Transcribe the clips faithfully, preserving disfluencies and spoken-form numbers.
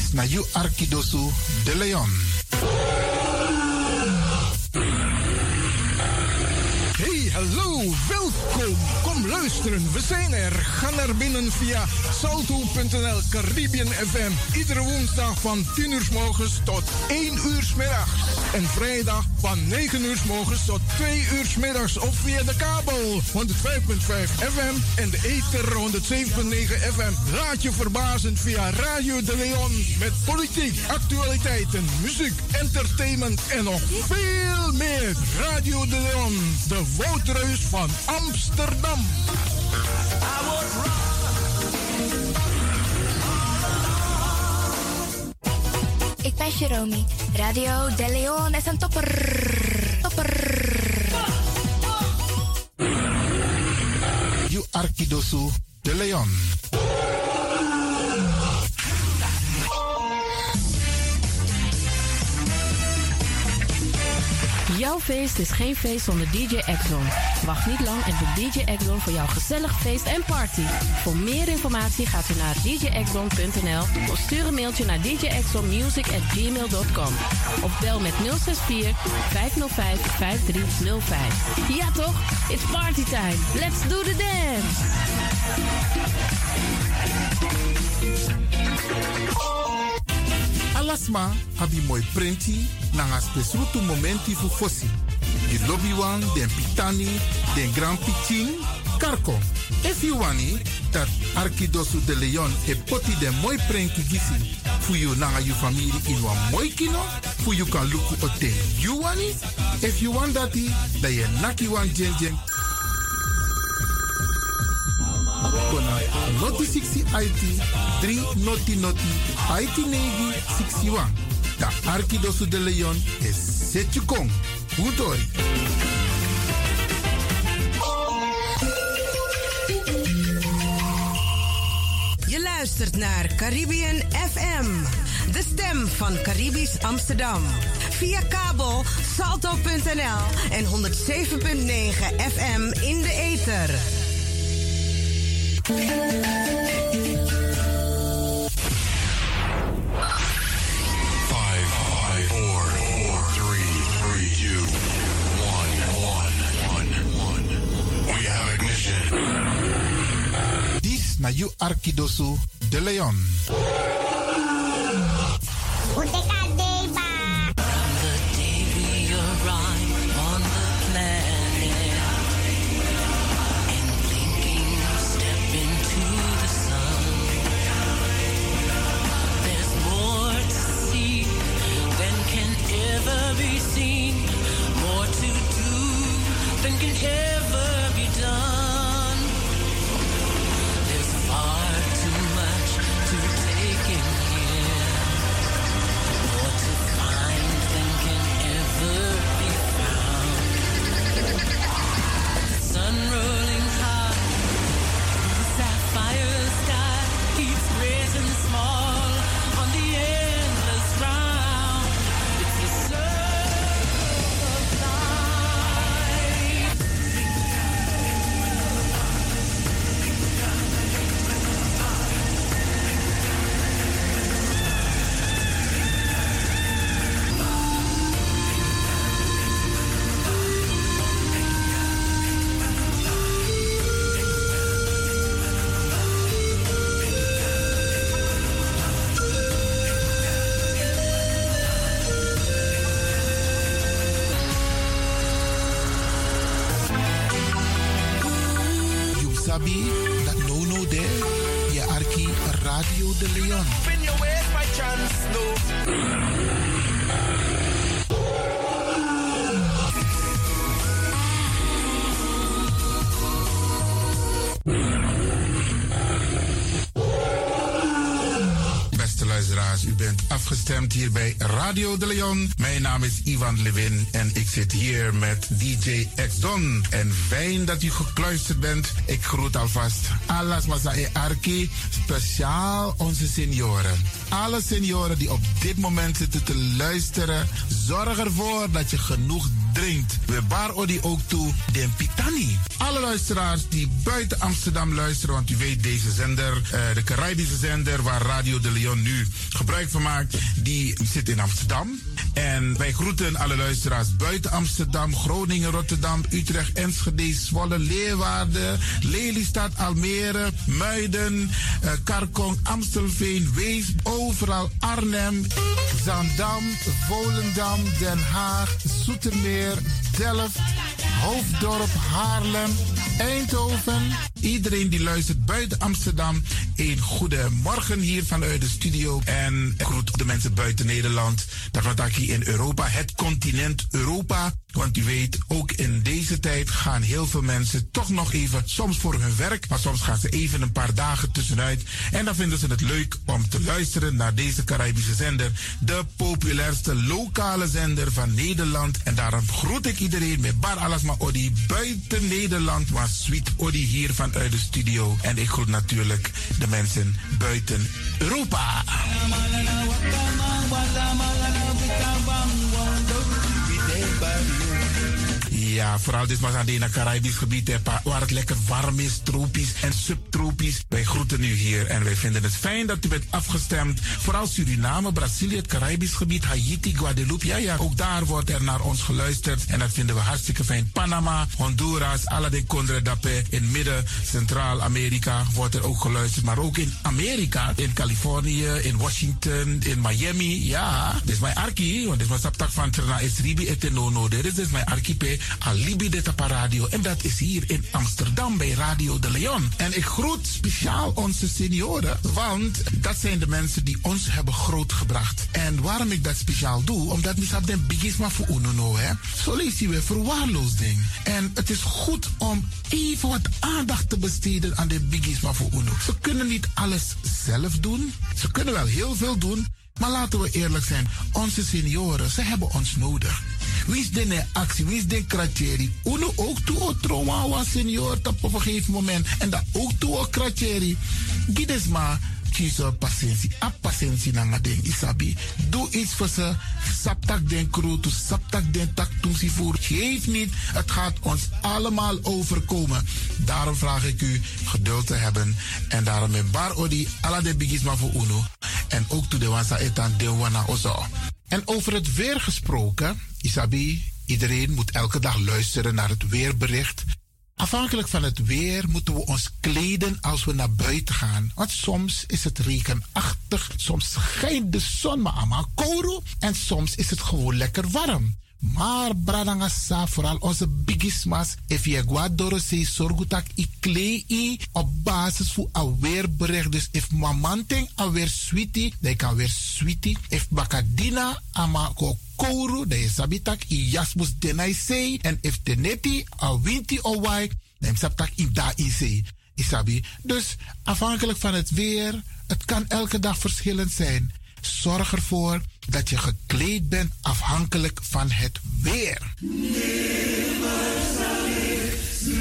na you Arkidosu de Leon. Hey, hallo, welkom. Kom luisteren, we zijn er. Ga naar binnen via salto punt n l Caribbean F M. Iedere woensdag van tien uur 's morgens tot één uur 's middags. En vrijdag van negen uur 's morgens tot twee uur 's middags. Of via de kabel honderdvijf komma vijf F M en de ether honderdzeven komma negen F M. Laat je verbazen via Radio de Leon. Met politiek, actualiteiten, muziek, entertainment en nog veel meer. Radio de Leon, de Woudreus van Amsterdam. Ik ben Jerome. Radio de Leon is een topper. Topper. You Arkidosu de Leon. Jouw feest is geen feest zonder D J Exxon. Wacht niet lang en boek D J Exxon voor jouw gezellig feest en party. Voor meer informatie gaat u naar d j exxon punt n l of stuur een mailtje naar d j exxon music at gmail dot com. Of bel met nul zes vier vijf nul vijf vijf drie nul vijf. Ja toch? It's party time. Let's do the dance. Alasma abi mooi printi nanga spesrutu momenti fu fossi. Di lobby wan, den pitani, den grand pitin, karko. If you wani, dat Arkidosu de Leon e poti den mooi printi gisi. Fu you nanga you familie in wan mooi kino, fu you kan luku o den you wani. If you want dati, da ye naki wan jen jen. Kona noti zestig I T, drie noti noti, I T negen zestig. Da Arkidosu de Leon is Setju Kong. Hutori. Je luistert naar Caribbean F M, de stem van Caribisch Amsterdam. Via kabel salto punt n l en honderdzeven komma negen F M in de ether. Na you Arkidosu de Leon. Sabi, dat no no there, je Arki Radio de Leon. Spin your ways by chance, no. U bent afgestemd hier bij Radio de Leon. Mijn naam is Ivan Levin en ik zit hier met D J X-Don. En fijn dat u gekluisterd bent. Ik groet alvast Alas Masae Arki, speciaal onze senioren. Alle senioren die op dit moment zitten te luisteren, zorg ervoor dat je genoeg drinkt. We bar odi ook toe den Pitani. Alle luisteraars die buiten Amsterdam luisteren, want u weet deze zender, uh, de Caribische zender waar Radio de Leon nu gebruik van maakt, die zit in Amsterdam. En wij groeten alle luisteraars buiten Amsterdam, Groningen, Rotterdam, Utrecht, Enschede, Zwolle, Leeuwarden, Lelystad, Almere, Muiden, uh, Karkong, Amstelveen, Wees, overal Arnhem, Zaandam, Volendam, Den Haag, Zoetermeer, Delft, Hoofddorp, Haarlem, Eindhoven. Iedereen die luistert buiten Amsterdam, een goede morgen hier vanuit de studio. En ik groet de mensen buiten Nederland. Daarvan dat ik hier in Europa, het continent Europa. Want u weet, ook in deze tijd gaan heel veel mensen toch nog even, soms voor hun werk, maar soms gaan ze even een paar dagen tussenuit. En dan vinden ze het leuk om te luisteren naar deze Caribische zender. De populairste lokale zender van Nederland. En daarom groet ik iedereen met Bar Alasma Odi buiten Nederland, maar Sweet Odi hier vanuit de studio. En ik groet natuurlijk de mensen buiten Europa. Ja, vooral dit was aan het Caribisch gebied, hè, waar het lekker warm is, tropisch en subtropisch. Wij groeten u hier en wij vinden het fijn dat u bent afgestemd. Vooral Suriname, Brazilië, het Caribisch gebied, Haiti, Guadeloupe. Ja, ja, ook daar wordt er naar ons geluisterd en dat vinden we hartstikke fijn. Panama, Honduras, Aladdin Condre Dapé, in midden, Centraal-Amerika wordt er ook geluisterd. Maar ook in Amerika, in Californië, in Washington, in Miami. Ja, dit is mijn arki, want dit is mijn saptak van Trana Esribi etenono. Dit is mijn archipel. Alibi de Tapa Radio. En dat is hier in Amsterdam bij Radio de Leon. En ik groet speciaal onze senioren, want dat zijn de mensen die ons hebben grootgebracht. En waarom ik dat speciaal doe, omdat we hebben den bigisma voor uno, hè. Zo lezen we verwaarloosding. En het is goed om even wat aandacht te besteden aan de bigisma voor uno. Ze kunnen niet alles zelf doen. Ze kunnen wel heel veel doen. Maar laten we eerlijk zijn, onze senioren, ze hebben ons nodig. Wie is de actie, wie is de kratjeri? Uno ook toe o trauma was senior op een gegeven moment. En dat ook toe o kratjeri. Gides maar, kies patiëntie. A patiëntie na ding isabi. Doe iets voor ze. Saptak den kroto, saptak den tak toesie voer. Geef niet, het gaat ons allemaal overkomen. Daarom vraag ik u geduld te hebben. En daarom met bar odi, ala de bigisma voor uno. En ook toe de wansa etan de wana ozo. En over het weer gesproken, Isabi, iedereen moet elke dag luisteren naar het weerbericht. Afhankelijk van het weer moeten we ons kleden als we naar buiten gaan. Want soms is het regenachtig, soms schijnt de zon maar allemaal kouro en soms is het gewoon lekker warm. Maar bradangasa, vooral onze bigismas, if je guadoro se sorgutak i klei op basis van een weerbericht. Dus if mamanting alweer sweetie, dan kan weer sweetie. If bakadina ama ko kouru, dan is sabitak i jasmus denai sei. En if teneti a winti o wai, dan sabitak i da i sei. Isabi. Dus afhankelijk van het weer, het kan elke dag verschillend zijn. Zorg ervoor dat je gekleed bent afhankelijk van het weer. Nimmer zal ik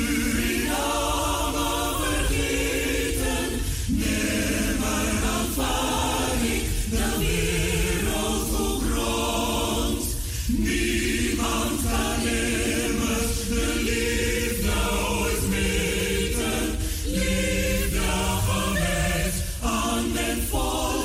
Suriname vergeten. Nimmer aanvaar ik de wereld voor grond. Niemand kan immers de liefde ooit meten. Liefde gewijd aan mijn volk.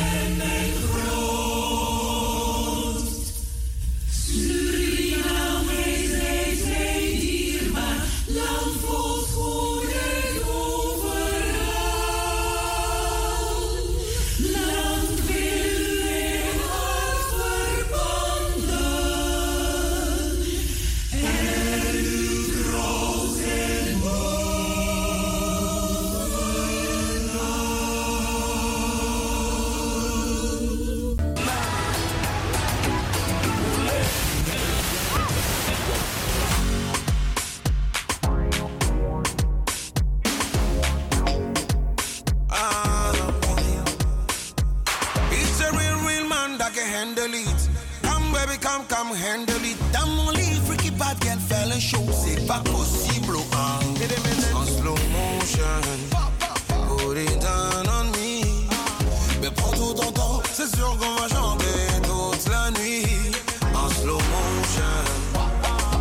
Come, come, handle it. Damn, only freaky bad girl fell and show. C'est pas possible, oh, en slow motion. Put it down on me. Mais prends tout ton temps, c'est sûr qu'on va chanter toute la nuit. En slow motion.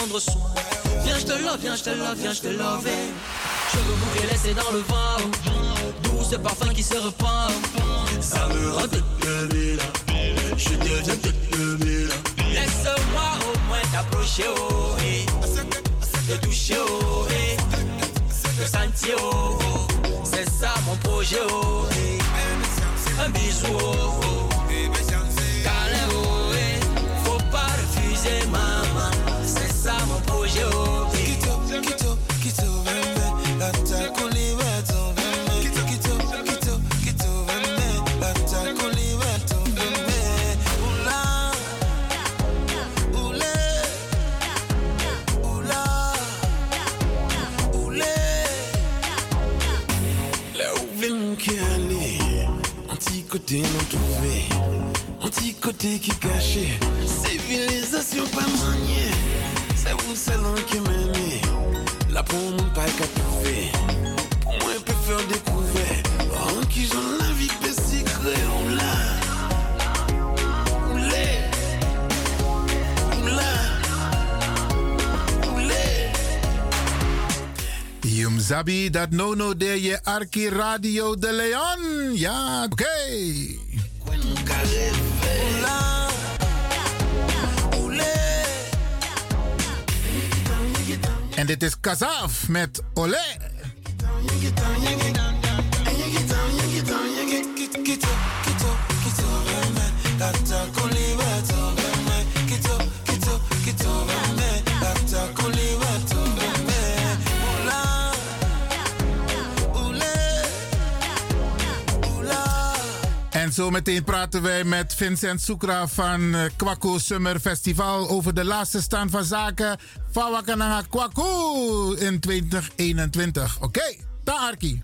prendre soin. Viens, je te love, viens, je te love, viens, je te love. Cheveux bouclés laissés dans le vent, d'où ce parfum qui se repent. Ça me rend toute belle, je deviens toute belle. Laisse-moi au moins t'approcher, oh, et te toucher, oh, et te sentir, oh, c'est ça mon projet, oh, et un bisou, oh, câlin, oh, et faut pas refuser, maman, c'est ça mon projet, oh, Quito, quito, quito, veme, la taculiveto, veme, quito, quito, quito, quito, veme, la taculiveto, veme, ula, ule, ula, ule. Là où veut qui aller, un petit côté non trouvé, un petit côté qui caché, civilisation pas maniée. C'est vous seul qui m'aimez. Là pour mon pas capté. Pour moi, je peux faire découvrir. En qui j'en la vie peut secret. Oula. Oulé. Oula. Oulé. Yum Zabi, dat no no de je Arki Radio de Leon. Ja, oké. Okay. En dit is Kazaf met Olé. En zo meteen praten wij met Vincent Soekra van Kwaku Summer Festival over de laatste stand van zaken van Wakananga Kwaku in twintig eenentwintig. Oké, okay, daar Arki.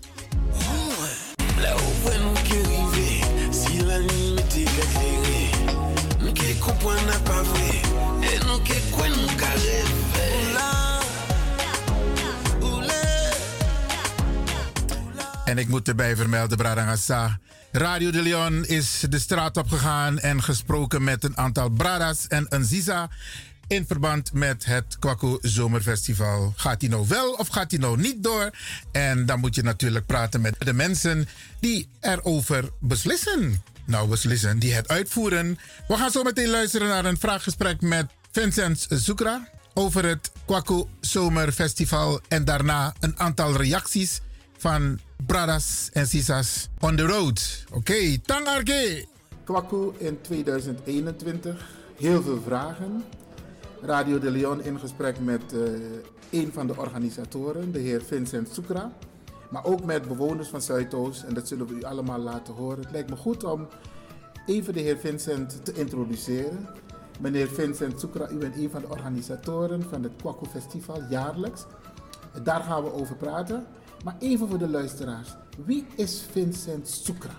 En ik moet erbij vermelden, Bradangasa. Radio de Leon is de straat opgegaan en gesproken met een aantal bradas en een Ziza in verband met het Kwaku Zomerfestival. Gaat die nou wel of gaat die nou niet door? En dan moet je natuurlijk praten met de mensen die erover beslissen. Nou, beslissen, die het uitvoeren. We gaan zo meteen luisteren naar een vraaggesprek met Vincent Soekra over het Kwaku Zomerfestival en daarna een aantal reacties van bradas en sisas on the road. Oké, okay, Tangarke. Kwaku in twintig eenentwintig. Heel veel vragen. Radio de Leon in gesprek met uh, een van de organisatoren, de heer Vincent Soekra. Maar ook met bewoners van Zuidoost. En dat zullen we u allemaal laten horen. Het lijkt me goed om even de heer Vincent te introduceren. Meneer Vincent Soekra, u bent een van de organisatoren van het Kwaku Festival jaarlijks. Daar gaan we over praten. Maar even voor de luisteraars. Wie is Vincent Soekra?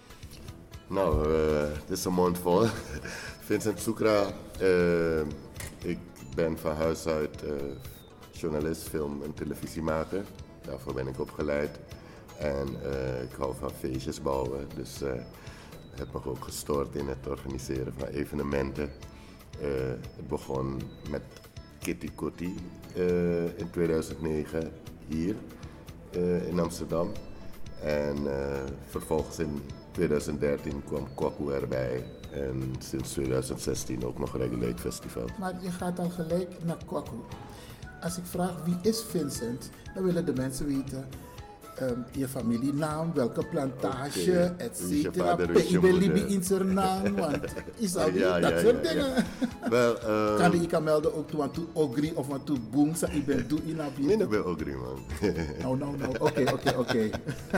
Nou, uh, het is een mond vol. Vincent Soekra, uh, ik ben van huis uit uh, journalist, film- en televisiemaker. Daarvoor ben ik opgeleid. En uh, ik hou van feestjes bouwen. Dus ik uh, heb me ook gestort in het organiseren van evenementen. Uh, het begon met Kitty Kotti uh, in tweeduizend negen hier. Uh, in Amsterdam. En uh, vervolgens in tweeduizend dertien kwam Kwaku erbij. En sinds tweeduizend zestien ook nog Reggae Lake Festival. Maar je gaat dan gelijk naar Kwaku. Als ik vraag wie is Vincent, dan willen de mensen weten um, je familienaam, welke plantage, okay. et cetera. Ik ben Libi in zijn naam, want is al ja, dat ja, soort ja, dingen. Ja. Wel, um, kan je kan melden ook toe aan toe Ogri of aan toe Boomsa, ik ben toe in Abie. Nee, ik ben Ogri, man. Nou, nou, nou, oké, oké, oké.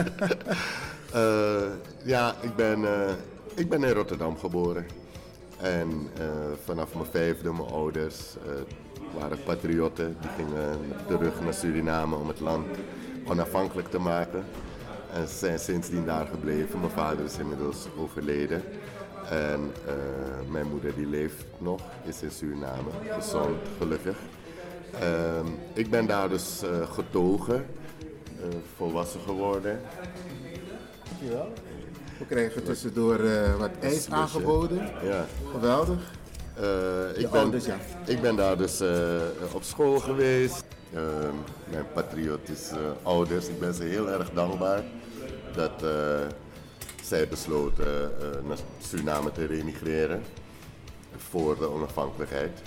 Ja, ik ben, uh, ik ben in Rotterdam geboren. En uh, vanaf mijn vijfde, mijn ouders uh, waren patriotten. Die gingen terug naar Suriname om het land onafhankelijk te maken. En ze zijn sindsdien daar gebleven. Mijn vader is inmiddels overleden. En uh, mijn moeder die leeft nog, is in Suriname, gezond, gelukkig. Uh, ik ben daar dus uh, getogen, uh, volwassen geworden. Dankjewel. We krijgen tussendoor uh, wat ijs aangeboden. Ja. Geweldig. Uh, ik, ben, ouders, ja. ik ben daar dus uh, op school geweest. Uh, mijn patriotische uh, ouders, ik ben ze heel erg dankbaar dat uh, zij besloten uh, naar Suriname te remigreren voor de onafhankelijkheid.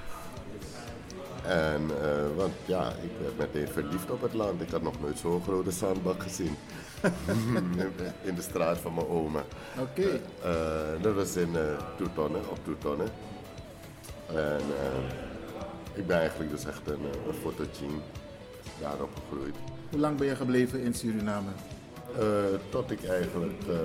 En, uh, want ja, ik werd meteen verliefd op het land. Ik had nog nooit zo'n grote zandbak gezien. In de straat van mijn oma. Oké. Okay. Uh, dat was in uh, Toetonnen, op Toetonnen. En uh, ik ben eigenlijk dus echt een, een fotootje daarop gegroeid. Hoe lang ben je gebleven in Suriname? Uh, tot ik eigenlijk uh,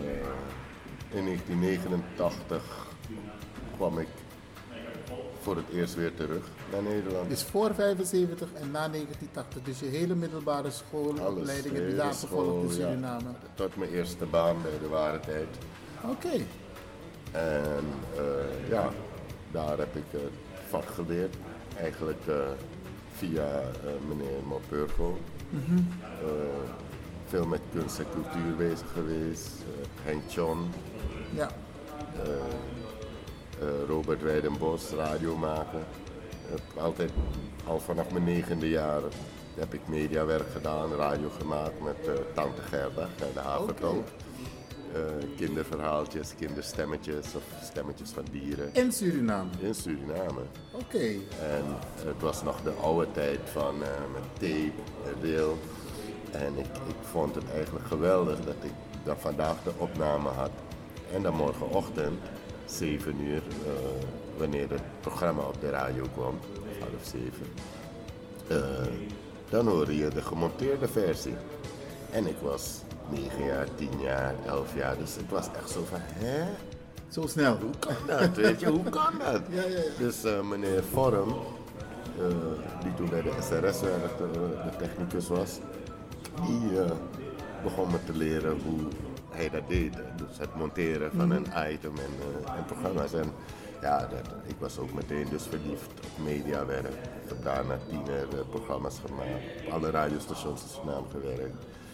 in negentien negenentachtig kwam ik voor het eerst weer terug naar Nederland. Dus voor vijfenzeventig en na negentien tachtig, dus je hele middelbare schoolopleiding heb je daar gevolgd in Suriname? Ja, tot mijn eerste baan bij de Ware Tijd. Oké. Okay. En uh, ja, daar heb ik het uh, vak geleerd. Eigenlijk uh, via uh, meneer Mopurgo. Mm-hmm. Uh, veel met kunst en cultuur bezig geweest. Uh, Henk John. Ja. Uh, uh, Robert Weidenbos, radio maken. Uh, altijd, al vanaf mijn negende jaar heb ik mediawerk gedaan, radio gemaakt met uh, Tante Gerda, Gerda Havertong. Okay. Uh, kinderverhaaltjes, kinderstemmetjes of stemmetjes van dieren. In Suriname? In Suriname. Oké. Okay. En het was nog de oude tijd van uh, met tape en reel. En ik, ik vond het eigenlijk geweldig dat ik dan vandaag de opname had. En dan morgenochtend, zeven uur, uh, wanneer het programma op de radio kwam, half zeven, uh, dan hoorde je de gemonteerde versie. En ik was negen jaar, tien jaar, elf jaar, dus het was echt zo van, hè? Zo snel. Hoe kan dat, weet je, hoe kan dat? Ja, ja, ja. Dus uh, meneer Vorm, uh, die toen bij de S R S werkte, uh, de technicus was, die uh, begon me te leren hoe hij dat deed. Dus het monteren van een item en, uh, en programma's. En ja, dat, ik was ook meteen dus verliefd op mediawerk. Ik heb daarna tiener uh, programma's gemaakt, op alle radiostations in Suriname gewerkt.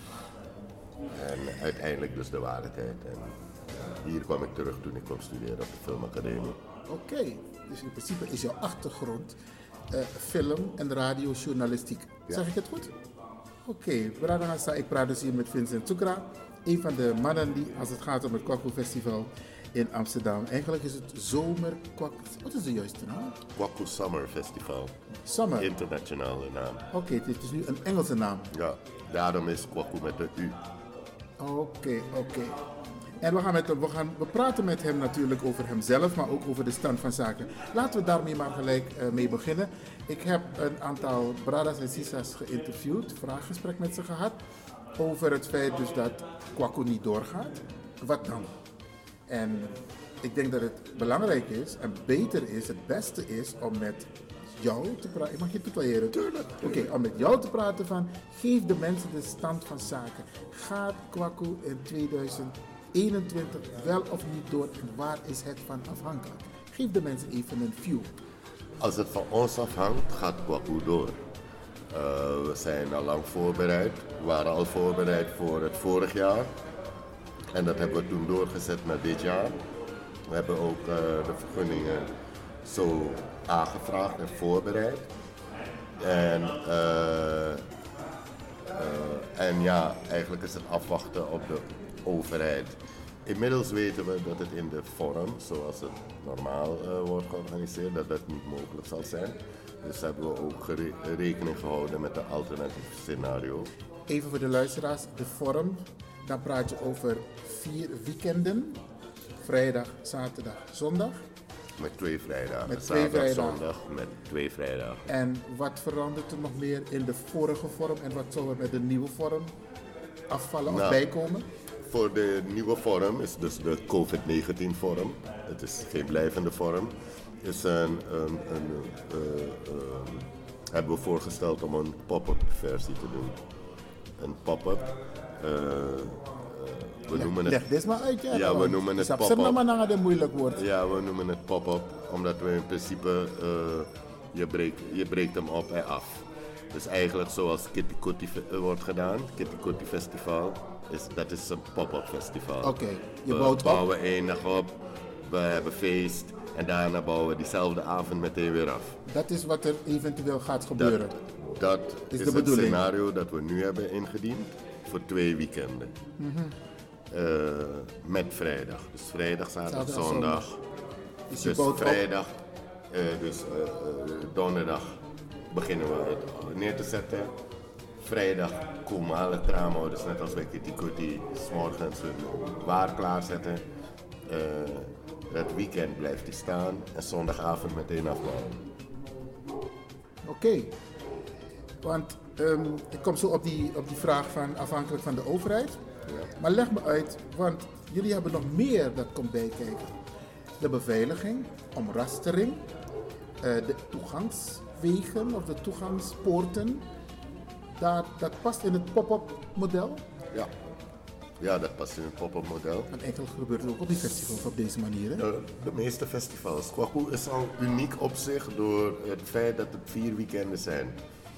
En uiteindelijk dus de Ware Tijd. En uh, hier kwam ik terug toen ik kwam studeren op de Filmacademie. Oké, okay. Dus in principe is jouw achtergrond uh, film- en radiojournalistiek. Ja. Zeg ik het goed? Oké, okay. Ik praat dus hier met Vincent Tsukra. Een van de mannen die, als het gaat om het Kwaku Festival in Amsterdam. Eigenlijk is het zomer Kwaku. Wat is de juiste naam? Kwaku Summer Festival. Summer? Internationale naam. Oké, okay, het is nu een Engelse naam. Ja, daarom is Kwaku met de U. Oké, okay, oké. Okay. En we gaan, met hem, we gaan we praten met hem natuurlijk over hemzelf, maar ook over de stand van zaken. Laten we daarmee maar gelijk uh, mee beginnen. Ik heb een aantal bradas en sisas geïnterviewd, vraaggesprek met ze gehad, over het feit dus dat Kwaku niet doorgaat. Wat dan? En ik denk dat het belangrijk is en beter is, het beste is om met jou te praten. Ik mag je tutoyeren. Tuurlijk. Oké, okay, om met jou te praten van, geef de mensen de stand van zaken. Gaat Kwaku in tweeduizend eenentwintig wel of niet door en waar is het van afhankelijk? Geef de mensen even een view. Als het van ons afhangt, gaat Kwaku door. Uh, we zijn al lang voorbereid. We waren al voorbereid voor het vorig jaar. En dat hebben we toen doorgezet naar dit jaar. We hebben ook uh, de vergunningen zo aangevraagd en voorbereid. En, uh, uh, en ja, eigenlijk is het afwachten op de overheid. Inmiddels weten we dat het in de vorm, zoals het normaal uh, wordt georganiseerd, dat dat niet mogelijk zal zijn. Dus hebben we ook gere- rekening gehouden met de alternatieve scenario. Even voor de luisteraars, de vorm, dan praat je over vier weekenden. Vrijdag, zaterdag, zondag. Met twee vrijdagen. Met twee zaterdag, vrijdagen. zondag met twee vrijdagen. En wat verandert er nog meer in de vorige vorm en wat zou er met de nieuwe vorm afvallen nou, of bijkomen? Voor de nieuwe vorm is dus de covid negentien vorm. Het is geen blijvende vorm. Is een, een, een, uh, uh, hebben we voorgesteld om een pop-up versie te doen. Een pop-up. Uh, uh, we leg, noemen het, leg dit maar uit, ja. Ja, we noemen het pop-up. Pop maar naar de moeilijk woord. Ja, we noemen het pop-up, omdat we in principe, uh, je, breekt, je breekt hem op en af. Dus eigenlijk zoals Kitty Kotti wordt gedaan, Kitty Kotti Festival, is, dat is een pop-up festival. Oké, okay, je we bouwt bouwen één dag op, we hebben feest En daarna bouwen we diezelfde avond meteen weer af. Dat is wat er eventueel gaat gebeuren. Dat, dat is, is de het bedoeling. scenario dat we nu hebben ingediend voor twee weekenden. Mm-hmm. Uh, met vrijdag. Dus vrijdag, zaterdag, Zaterdag, zondag. zondag. Dus, je bouwt op- vrijdag, uh, dus uh, uh, donderdag beginnen we het neer te zetten. Vrijdag komen alle kraamhouders, net als bij Kitty Kotti, 's morgens hun waar klaarzetten. Uh, het weekend blijft die staan en zondagavond meteen afbouwen. Oké. Okay. Want um, ik kom zo op die, op die vraag van afhankelijk van de overheid. Ja. Maar leg me uit, want jullie hebben nog meer dat komt bijkijken. De beveiliging, omrastering, uh, de toegangswegen of de toegangspoorten. Dat, dat past in het pop-up model? Ja. Ja, dat past in het pop-up model. En eigenlijk gebeurt het ook op die festivals op deze manier, hè? De, de meeste festivals. Kwaku is al uniek op zich door het feit dat het vier weekenden zijn.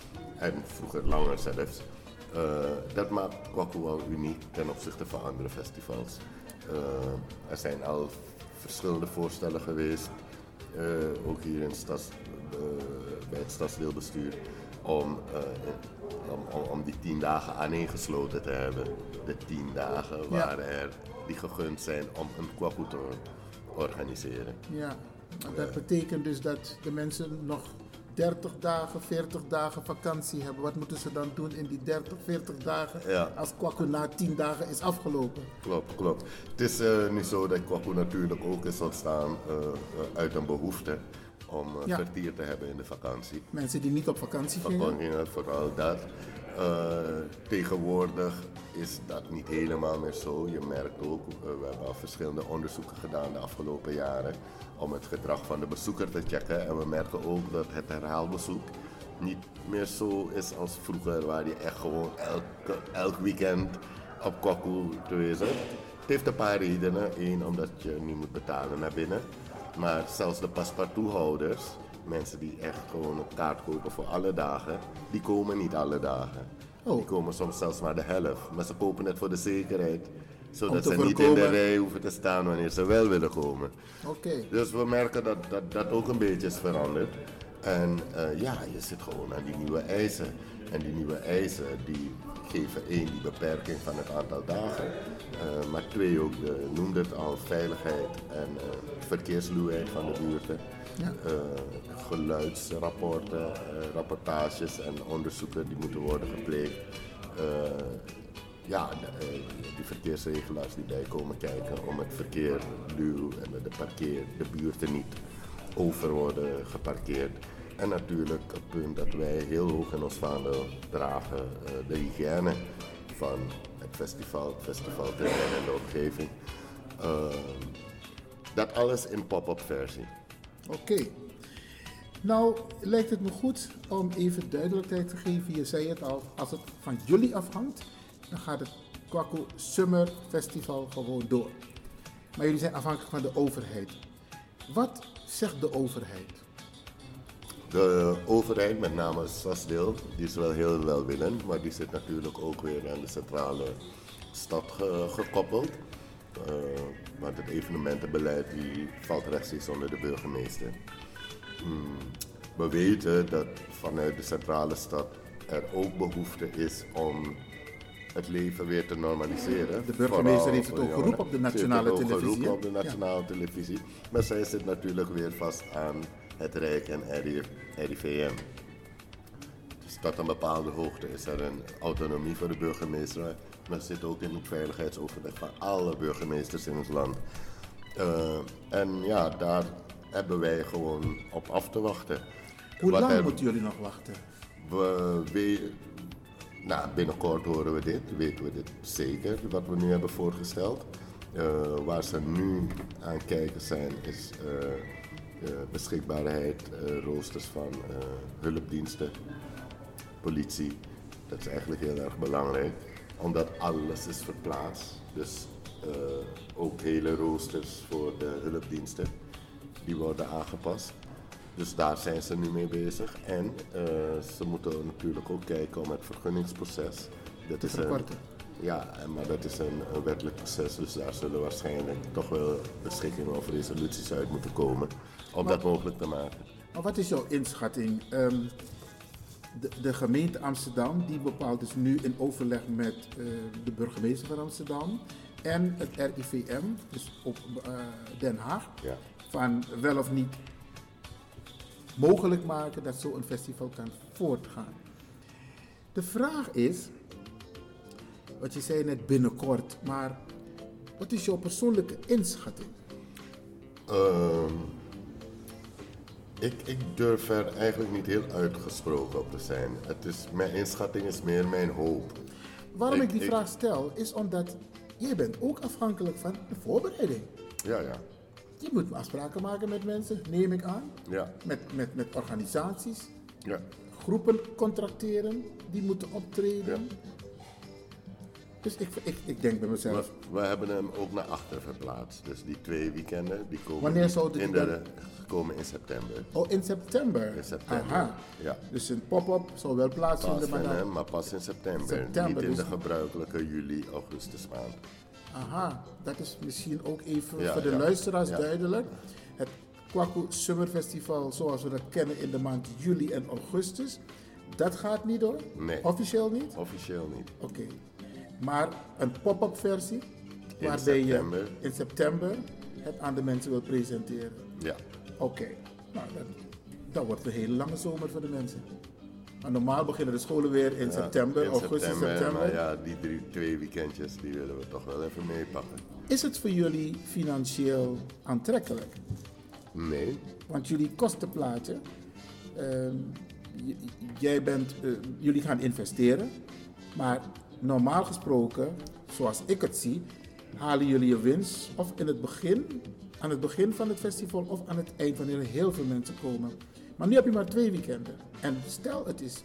En vroeger langer zelfs. Uh, dat maakt Kwaku al uniek ten opzichte van andere festivals. Uh, er zijn al verschillende voorstellen geweest, uh, ook hier in stads, uh, bij het stadsdeelbestuur, om, uh, om, om, om die tien dagen aaneengesloten te hebben. De tien dagen waar ja. er die gegund zijn om een Kwaku te organiseren. Ja, dat uh, betekent dus dat de mensen nog dertig dagen, veertig dagen vakantie hebben. Wat moeten ze dan doen in die dertig, veertig dagen ja. als Kwaku na tien dagen is afgelopen? Klopt, klopt. Het is uh, niet zo dat Kwaku natuurlijk ook is ontstaan uh, uh, uit een behoefte om uh, ja. vertier te hebben in de vakantie. Mensen die niet op vakantie gingen? Ja, vooral dat. Uh, tegenwoordig is dat niet helemaal meer zo. Je merkt ook, uh, we hebben al verschillende onderzoeken gedaan de afgelopen jaren om het gedrag van de bezoeker te checken. En we merken ook dat het herhaalbezoek niet meer zo is als vroeger, waar je echt gewoon elke, elk weekend op Kwaku te is. Het heeft een paar redenen. Eén, omdat je niet moet betalen naar binnen. Maar zelfs de paspartouthouders, mensen die echt gewoon een kaart kopen voor alle dagen, die komen niet alle dagen. Oh. Die komen soms zelfs maar de helft. Maar ze kopen het voor de zekerheid, zodat ze niet in de rij hoeven te staan wanneer ze wel willen komen. Okay. Dus we merken dat, dat dat ook een beetje is veranderd. En uh, ja, je zit gewoon aan die nieuwe eisen. En die nieuwe eisen die geven één, die beperking van het aantal dagen. Uh, maar twee ook, de, noemde het al, veiligheid en uh, verkeersluwheid van de buurten. Ja. Uh, geluidsrapporten, uh, rapportages en onderzoeken die moeten worden gepleegd. Uh, ja, de, uh, die verkeersregelaars die bij komen kijken om het verkeer luw en de, parkeer, de buurten niet over worden geparkeerd. En natuurlijk het punt dat wij heel hoog in ons vaandel dragen, uh, de hygiëne van het festival, het festivalterrein en de omgeving. Uh, dat alles in pop-up versie. Oké. Okay. Nou, lijkt het me goed om even duidelijkheid te geven. Je zei het al, als het van jullie afhangt, dan gaat het Kwaku Summer Festival gewoon door. Maar jullie zijn afhankelijk van de overheid. Wat zegt de overheid? De overheid, met name Stadsdeel, die is wel heel welwillend, maar die zit natuurlijk ook weer aan de centrale stad ge- gekoppeld. Uh, want het evenementenbeleid die valt rechtstreeks onder de burgemeester. Hmm. We weten dat vanuit de centrale stad er ook behoefte is om het leven weer te normaliseren. De burgemeester heeft het ook geroepen op de nationale televisie. Heeft het ook geroepen op de nationale ja. televisie. Maar zij zit natuurlijk weer vast aan het Rijk en R I V M. Dus tot een bepaalde hoogte is er een autonomie voor de burgemeester. Maar zit ook in het veiligheidsoverleg van alle burgemeesters in het land. Uh, en ja, daar hebben wij gewoon op af te wachten. Hoe Wat lang er, moeten jullie nog wachten? We, we, nou, binnenkort horen we dit, weten we dit zeker, wat we nu hebben voorgesteld. Uh, waar ze nu aan kijken zijn is uh, de beschikbaarheid, uh, roosters van uh, hulpdiensten, politie. Dat is eigenlijk heel erg belangrijk, omdat alles is verplaatst. Dus uh, ook hele roosters voor de hulpdiensten, die worden aangepast. Dus daar zijn ze nu mee bezig. En uh, ze moeten natuurlijk ook kijken om het vergunningsproces. Dat is een, Ja, maar dat is een, een wettelijk proces, dus daar zullen waarschijnlijk toch wel beschikkingen of resoluties uit moeten komen om maar, dat mogelijk te maken. Maar wat is jouw inschatting? Um, de, de gemeente Amsterdam die bepaalt dus nu in overleg met uh, de burgemeester van Amsterdam en het R I V M, dus op uh, Den Haag, ja. van wel of niet mogelijk maken dat zo'n festival kan voortgaan. De vraag is, wat je zei net binnenkort, maar wat is jouw persoonlijke inschatting? Uh, ik, ik durf er eigenlijk niet heel uitgesproken op te zijn. Het is, mijn inschatting is meer mijn hoop. Waarom ik, ik die ik, vraag stel, is omdat jij bent ook afhankelijk van de voorbereiding. Ja, ja. Je moet afspraken maken met mensen, neem ik aan. Ja. Met, met, met organisaties. Ja. Groepen contracteren, die moeten optreden. Ja. Dus ik, ik, ik denk bij mezelf... We, we hebben hem ook naar achter verplaatst. Dus die twee weekenden, die komen, Wanneer zouden in, die de, komen in september. Oh, in september? In september, aha. Ja. Dus een pop-up zou wel plaatsvinden, maar, dan... maar pas in september. september Niet in dus... de gebruikelijke juli, augustus maand. Aha, dat is misschien ook even ja, voor de ja, luisteraars ja. duidelijk. Het Kwaku Summer Festival, zoals we dat kennen in de maand juli en augustus, dat gaat niet door? Nee. Officieel niet? Officieel niet. Oké. Okay. Maar een pop-up versie, in waarbij september. je in september het aan de mensen wil presenteren? Ja. Oké. Okay. Nou, dat, dat wordt een hele lange zomer voor de mensen. Maar normaal beginnen de scholen weer in ja, september, in augustus, september, september. Maar ja, die drie, twee weekendjes die willen we toch wel even meepakken. Is het voor jullie financieel aantrekkelijk? Nee. Want jullie kostenplaatje, uh, j- jij bent, uh, jullie gaan investeren, maar normaal gesproken, zoals ik het zie, halen jullie je winst of in het begin, aan het begin van het festival of aan het eind wanneer er heel veel mensen komen. Maar nu heb je maar twee weekenden. En stel het is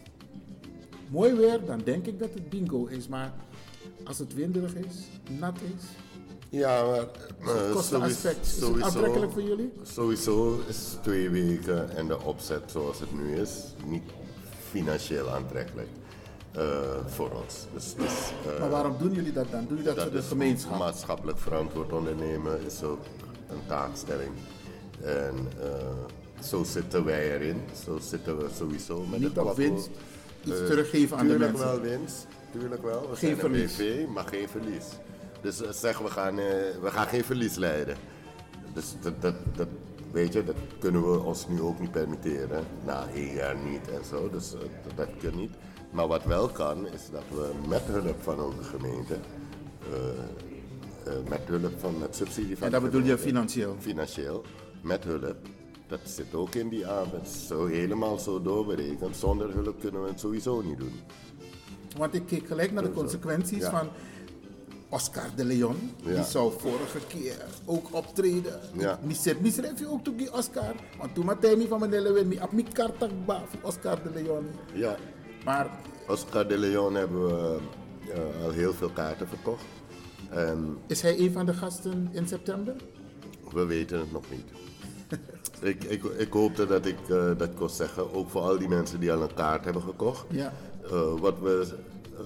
mooi weer, dan denk ik dat het bingo is. Maar als het winderig is, nat is... Ja, maar het kostenaspect, is het aantrekkelijk voor jullie? Sowieso is twee weken en de opzet zoals het nu is niet financieel aantrekkelijk uh, voor ons. Dus, dus, uh, maar waarom doen jullie dat dan? Doen jullie dat, dat voor de gemeenschap? Maatschappelijk verantwoord ondernemen is ook een taakstelling. En uh, zo zitten wij erin. Zo zitten we sowieso met niet de op winst, iets uh, teruggeven aan de mensen. Tuurlijk wel winst, tuurlijk wel. We geen zijn een verlies. B V, maar geen verlies. Dus uh, zeg, we gaan, uh, we gaan geen verlies leiden. Dus dat, dat, dat, weet je, dat kunnen we ons nu ook niet permitteren. Na één jaar niet en zo, dus uh, dat, dat kan niet. Maar wat wel kan, is dat we met hulp van ook de gemeente, uh, uh, met hulp van het subsidie van en dat de bedoel gemeente, je financieel? Financieel, met hulp. Dat zit ook in die avond. Zo helemaal zo doorberekend. Zonder hulp kunnen we het sowieso niet doen. Want ik keek gelijk naar de consequenties ja. van Oscar de Leon. Ja. Die zou vorige keer ook optreden. Ja. Misschrijf je ook toe Oscar? Want toen had niet van mijn Lewin, ik heb mijn kaart van Oscar de Leon. Ja. Maar Oscar de Leon hebben we uh, al heel veel kaarten verkocht. En is hij een van de gasten in september? We weten het nog niet. ik, ik, ik hoopte dat ik uh, dat kon zeggen, ook voor al die mensen die al een kaart hebben gekocht. Ja. Uh, wat we, uh,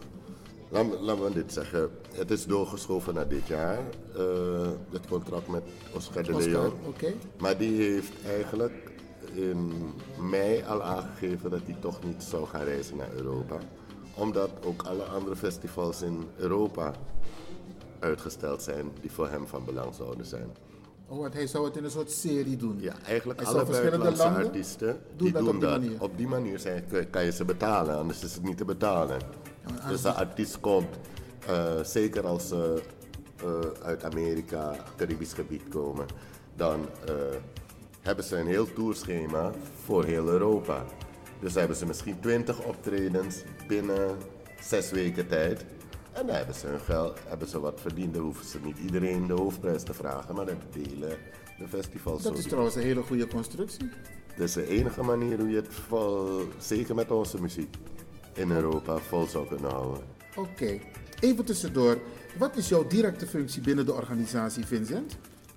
laten laat we dit zeggen, het is doorgeschoven naar dit jaar, uh, het contract met Oscar de Oscar, Leon. Okay. Maar die heeft eigenlijk in mei al aangegeven dat hij toch niet zou gaan reizen naar Europa. Omdat ook alle andere festivals in Europa uitgesteld zijn die voor hem van belang zouden zijn. Oh, want hij zou het in een soort serie doen? Ja, eigenlijk hij alle buitenlandse landen artiesten doen die dat doen op die dat. manier. Op die manier zijn, kan je ze betalen, anders is het niet te betalen. Ja, dus de artiest komt, uh, zeker als ze uh, uit Amerika, Caribisch gebied komen, dan uh, hebben ze een heel tourschema voor heel Europa. Dus hebben ze misschien twintig optredens binnen zes weken tijd. En dan hebben ze hun geld, hebben ze wat verdiend. Dan hoeven ze niet iedereen de hoofdprijs te vragen, maar dan delen de festivals. Dat is zo trouwens een hele goede constructie. Dat is de enige manier hoe je het vol, zeker met onze muziek, in Europa vol zou kunnen houden. Oké, okay. Even tussendoor. Wat is jouw directe functie binnen de organisatie, Vincent?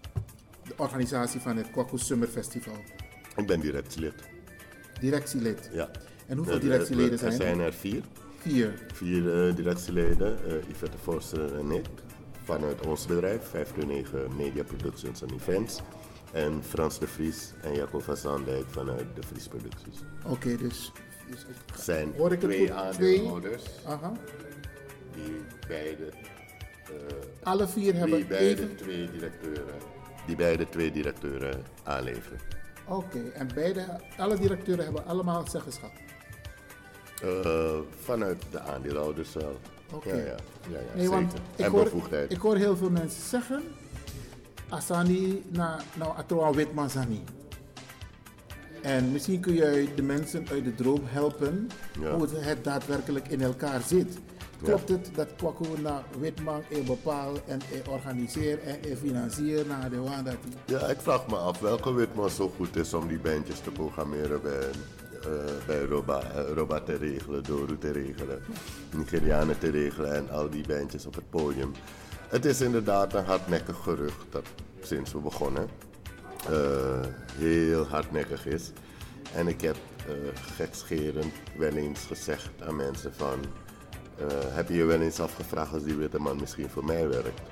De organisatie van het Kwaku Summer Festival. Ik ben directielid. Directielid? Ja. En hoeveel directieleden zijn er? Er zijn er vier. Vier. Vier uh, directieleden, uh, Yvette Forster en ik, vanuit ons bedrijf, vijfhonderdnegen Media Productions en Events. En Frans de Vries en Jacob van Zandijk vanuit de Vries Producties. Oké, okay, dus... dus zijn hoor ik twee aandeelhouders Aha. die beide... Uh, Alle vier hebben die beide even... twee directeuren, die beide twee directeuren aanleveren. Oké, okay, en beide, alle directeuren hebben allemaal zeggenschap? Uh, vanuit de aandeelhouders wel. Okay. Ja, ja, ja, ja nee, want ik en hoor, bevoegdheid. Ik hoor heel veel mensen zeggen, Asani na nou Atroa Witman Sani. En misschien kun jij de mensen uit de droom helpen ja. hoe het, het daadwerkelijk in elkaar zit. Klopt ja. het dat Kwaku na Witman een bepaalt en een organiseert en een financiert naar de Wanda? Ja, ik vraag me af welke Witman zo goed is om die bandjes te programmeren bij, uh, bij Roba, uh, Roba te regelen, Doru te regelen, Nigerianen te regelen en al die bandjes op het podium. Het is inderdaad een hardnekkig gerucht dat sinds we begonnen uh, heel hardnekkig is. En ik heb uh, gekscherend wel eens gezegd aan mensen van... Uh, heb je je wel eens afgevraagd als die witte man misschien voor mij werkt?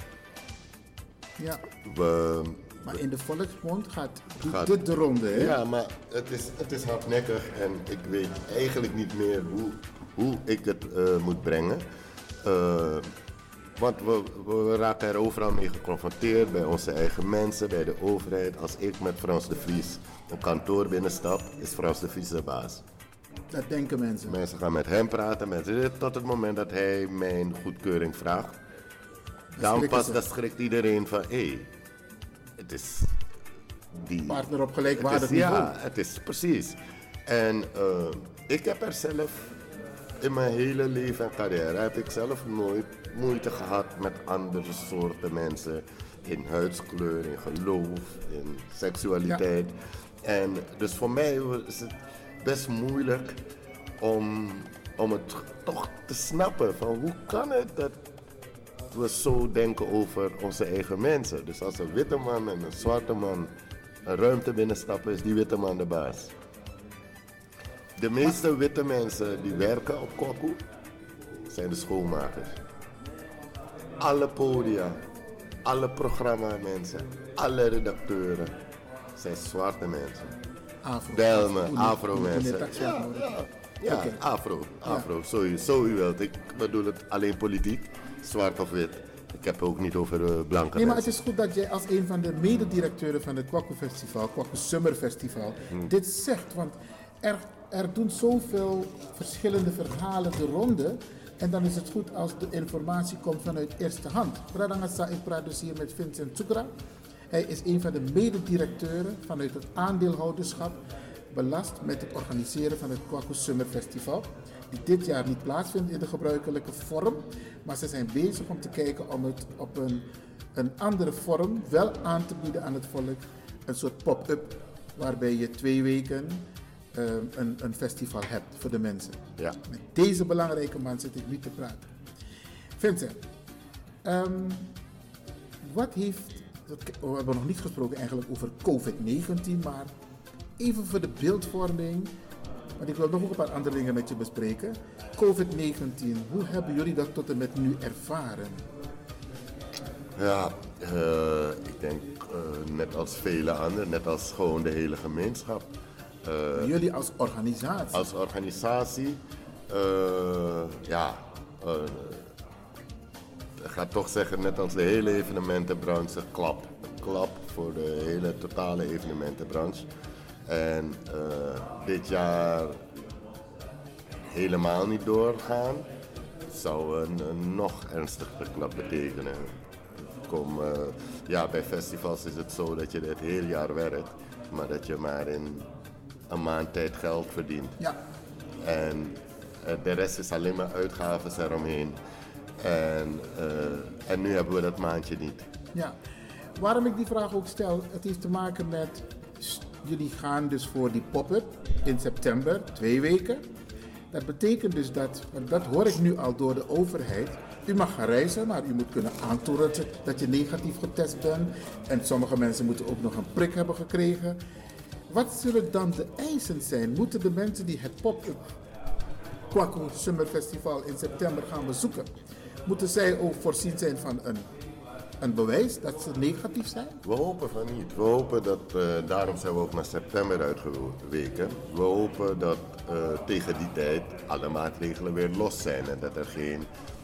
Ja, we, maar in de volksmond gaat, gaat dit de ronde, hè? Ja, maar het is, het is hardnekkig en ik weet eigenlijk niet meer hoe, hoe ik het uh, moet brengen. Uh, want we, we raken er overal mee geconfronteerd, bij onze eigen mensen, bij de overheid. Als ik met Frans de Vries een kantoor binnenstap, is Frans de Vries de baas. Dat denken mensen. Mensen gaan met hem praten, mensen, tot het moment dat hij mijn goedkeuring vraagt. Dan pas dat schrikt iedereen van, hé, hey, het is die... partner op gelijkwaardig niveau. Ja, het is precies. En uh, ik heb er zelf, in mijn hele leven en carrière, heb ik zelf nooit moeite gehad met andere soorten mensen. In huidskleur, in geloof, in seksualiteit. Ja. En dus voor mij is het best moeilijk om, om het toch te snappen van hoe kan het dat we zo denken over onze eigen mensen. Dus als een witte man en een zwarte man een ruimte binnenstappen, is die witte man de baas. De meeste witte mensen die werken op Kwaku zijn de schoonmakers. Alle podia, alle programmamensen, alle redacteuren zijn zwarte mensen. Afro. Bel me, afro-mensen. Ja, ja, ja okay. afro, afro, ja. Zo, zo u wilt. Ik bedoel het alleen politiek, zwart of wit. Ik heb het ook niet over uh, blanke nee, mensen. maar het is goed dat jij als een van de mededirecteuren van het Kwaku Festival, Kwaku Summer Festival, hmm. dit zegt. Want er, er doen zoveel verschillende verhalen de ronde. En dan is het goed als de informatie komt vanuit eerste hand. Pradangasa, ik praat dus hier met Vincent Tsukra. Hij is een van de mededirecteuren vanuit het aandeelhouderschap belast met het organiseren van het Kwaku Summer Festival. Die dit jaar niet plaatsvindt in de gebruikelijke vorm. Maar ze zijn bezig om te kijken om het op een, een andere vorm wel aan te bieden aan het volk. Een soort pop-up waarbij je twee weken uh, een, een festival hebt voor de mensen. Ja. Met deze belangrijke man zit ik nu te praten. Vincent, um, wat heeft... We hebben nog niet gesproken eigenlijk over covid negentien, maar even voor de beeldvorming, want ik wil nog ook een paar andere dingen met je bespreken. covid negentien, hoe hebben jullie dat tot en met nu ervaren? Ja, uh, ik denk uh, net als vele anderen, net als gewoon de hele gemeenschap. Uh, jullie als organisatie? Als organisatie, uh, ja... Uh, Ik ga toch zeggen, net als de hele evenementenbranche, klap. Klap voor de hele totale evenementenbranche. En uh, dit jaar helemaal niet doorgaan, zou een, een nog ernstiger klap betekenen. Kom, uh, ja, bij festivals is het zo dat je het hele jaar werkt, maar dat je maar in een maand tijd geld verdient. Ja. En uh, de rest is alleen maar uitgaven eromheen. En, uh, en nu hebben we dat maandje niet. Ja, waarom ik die vraag ook stel, het heeft te maken met, jullie gaan dus voor die pop-up in september, twee weken. Dat betekent dus dat, want dat hoor ik nu al door de overheid, u mag gaan reizen, maar u moet kunnen aantonen dat je negatief getest bent. En sommige mensen moeten ook nog een prik hebben gekregen. Wat zullen dan de eisen zijn? Moeten de mensen die het pop-up Kwaku Summer Festival in september gaan bezoeken, moeten zij ook voorzien zijn van een, een bewijs dat ze negatief zijn? We hopen van niet. We hopen dat, uh, daarom zijn we ook naar september uitgeweken. We hopen dat uh, tegen die tijd alle maatregelen weer los zijn en dat er geen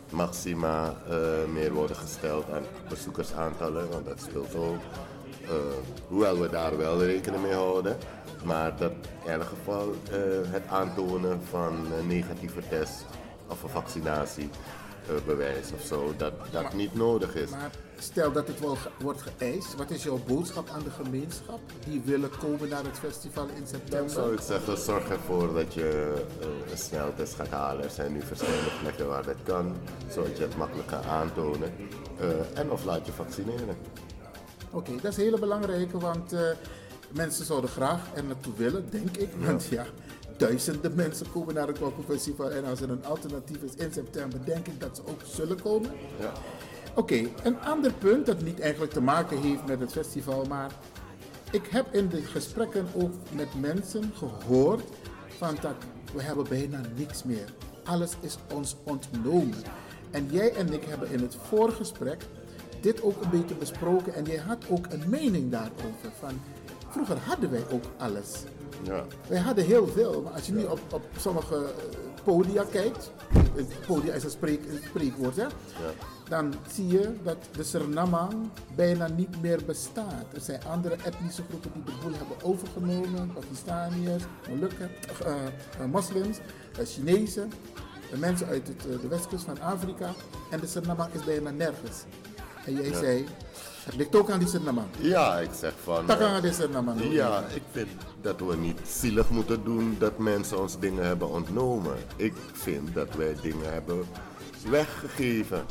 maxima uh, meer worden gesteld aan bezoekersaantallen, want dat speelt ook. Uh, hoewel we daar wel rekening mee houden, maar dat in elk geval uh, het aantonen van een negatieve test of een vaccinatiebewijs uh, of zo, dat dat maar, niet nodig is. Maar stel dat het wel ge- wordt geëist, wat is jouw boodschap aan de gemeenschap die willen komen naar het festival in september? Dan zou ik zeggen, zorg ervoor dat je uh, een sneltest gaat halen. Er zijn nu verschillende plekken waar dat kan, zodat je het makkelijk kan aantonen. Uh, en of laat je vaccineren. Oké, okay, dat is een hele belangrijke, want uh, mensen zouden graag er naartoe willen, denk ik. Ja. Want ja, duizenden mensen komen naar het Kwaku Festival en als er een alternatief is in september, denk ik dat ze ook zullen komen. Ja. Oké, okay, een ander punt dat niet eigenlijk te maken heeft met het festival, maar ik heb in de gesprekken ook met mensen gehoord van dat we hebben bijna niks meer. Alles is ons ontnomen. En jij en ik hebben in het voorgesprek dit ook een beetje besproken en jij had ook een mening daarover. Van, vroeger hadden wij ook alles. Ja. Wij hadden heel veel, maar als je nu op, op sommige podia kijkt, podia is een, spreek, een spreekwoord, hè? Ja. Dan zie je dat de Surinamang bijna niet meer bestaat. Er zijn andere etnische groepen die de boel hebben overgenomen, Pakistaniërs, Molukken, uh, uh, moslims, uh, Chinezen, uh, mensen uit het, uh, de westkust van Afrika en de Surinamang is bijna nergens. En jij ja. zei, het ligt ook aan die Surinamang. Ja, ik zeg van... Dat aan die Surinamang. Ja, ik vind dat we niet zielig moeten doen dat mensen ons dingen hebben ontnomen. Ik vind dat wij dingen hebben weggegeven.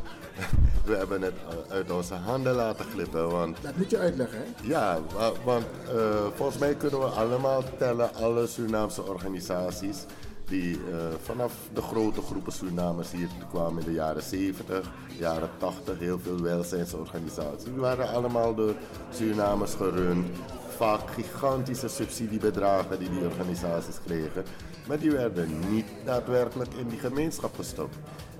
We hebben het uit onze handen laten glippen. Want, dat moet je uitleggen, hè? Ja, want uh, volgens mij kunnen we allemaal tellen, alle Surinaamse organisaties die uh, vanaf de grote groepen Surinamers hier kwamen in de jaren zeventig, jaren tachtig, heel veel welzijnsorganisaties. Die waren allemaal door Surinamers gerund. Vaak gigantische subsidiebedragen die die organisaties kregen. Maar die werden niet daadwerkelijk in die gemeenschap gestopt.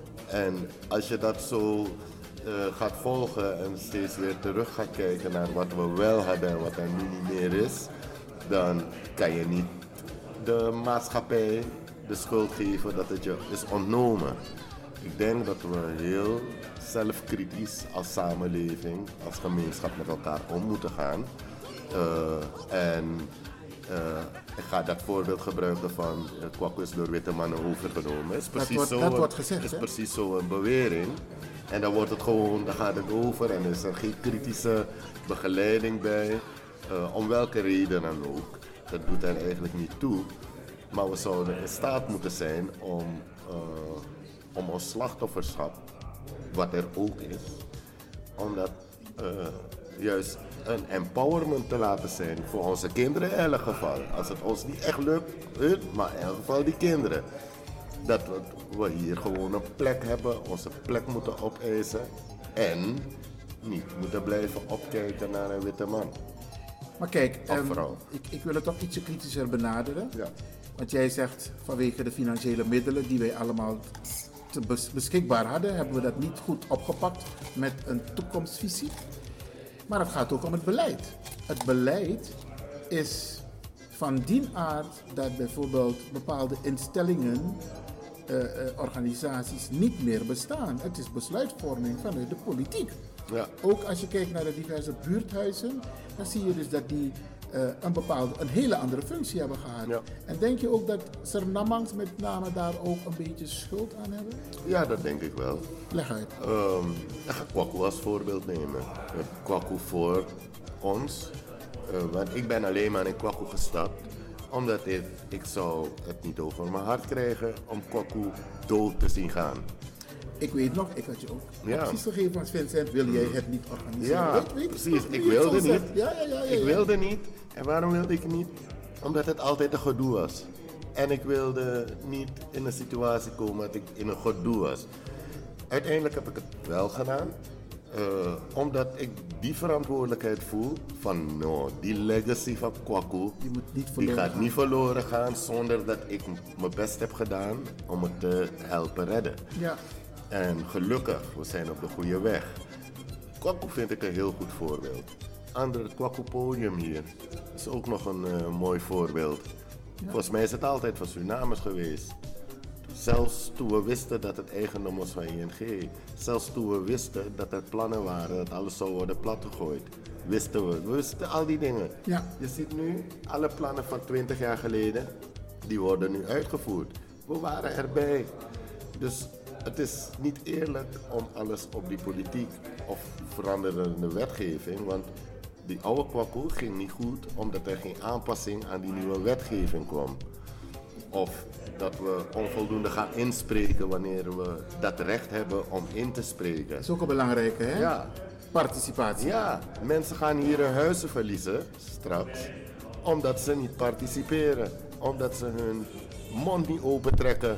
En als je dat zo uh, gaat volgen en steeds weer terug gaat kijken naar wat we wel hadden en wat er nu niet meer is, dan kan je niet de maatschappij de schuld geven dat het je is ontnomen. Ik denk dat we heel zelfkritisch als samenleving, als gemeenschap met elkaar om moeten gaan. Uh, en uh, ik ga dat voorbeeld gebruiken van uh, Kwaku is door witte mannen overgenomen. Is precies dat wordt, zo dat wordt gezegd, is hè? precies zo een bewering. En dan wordt het gewoon, dan gaat het over en er is er geen kritische begeleiding bij. Uh, om welke reden dan ook. Dat doet er eigenlijk niet toe. Maar we zouden in staat moeten zijn om, uh, om ons slachtofferschap, wat er ook is, om dat uh, juist een empowerment te laten zijn voor onze kinderen in elk geval. Als het ons niet echt lukt, maar in elk geval die kinderen. Dat we hier gewoon een plek hebben, onze plek moeten opeisen en niet moeten blijven opkijken naar een witte man. Maar kijk, um, ik, ik wil het toch ietsje kritischer benaderen. Ja. Want jij zegt vanwege de financiële middelen die wij allemaal te bes- beschikbaar hadden, hebben we dat niet goed opgepakt met een toekomstvisie. Maar het gaat ook om het beleid. Het beleid is van die aard dat bijvoorbeeld bepaalde instellingen, uh, uh, organisaties niet meer bestaan. Het is besluitvorming vanuit de politiek. Ja. Ook als je kijkt naar de diverse buurthuizen, dan zie je dus dat die uh, een bepaalde, een hele andere functie hebben gehad. Ja. En denk je ook dat Surinamangs met name daar ook een beetje schuld aan hebben? Ja, dat denk ik wel. Leg uit. Um, ik ga Kwaku als voorbeeld nemen. Kwaku voor ons. Uh, want ik ben alleen maar in Kwaku gestapt. Omdat ik, ik zou het niet over mijn hart krijgen om Kwaku dood te zien gaan. Ik weet nog, ik had je ook ja. precies gegeven als Vincent, wil jij het niet organiseren? Ja, weet, weet, precies. Ik wilde niet. Ja, ja, ja, ja, ik ja. wilde niet. En waarom wilde ik niet? Omdat het altijd een gedoe was. En ik wilde niet in een situatie komen dat ik in een gedoe was. Uiteindelijk heb ik het wel gedaan. Uh, omdat ik die verantwoordelijkheid voel van no, die legacy van Kwaku, die, moet niet die gaat niet verloren gaan zonder dat ik mijn best heb gedaan om het te helpen redden. Ja. En gelukkig, we zijn op de goede weg. Kwaku vind ik een heel goed voorbeeld. Ander het Kwaku podium hier is ook nog een uh, mooi voorbeeld. Ja. Volgens mij is het altijd van Surinamers geweest. Zelfs toen we wisten dat het eigendom was van I N G. Zelfs toen we wisten dat er plannen waren dat alles zou worden platgegooid. Wisten we. We wisten al die dingen. Ja. Je ziet nu, alle plannen van twintig jaar geleden, die worden nu uitgevoerd. We waren erbij. Dus het is niet eerlijk om alles op die politiek of veranderende wetgeving. Want die oude Kwaku ging niet goed omdat er geen aanpassing aan die nieuwe wetgeving kwam. Of dat we onvoldoende gaan inspreken wanneer we dat recht hebben om in te spreken. Dat is ook een belangrijke, hè? Ja. Participatie. Ja, mensen gaan hier hun huizen verliezen straks, omdat ze niet participeren. Omdat ze hun mond niet opentrekken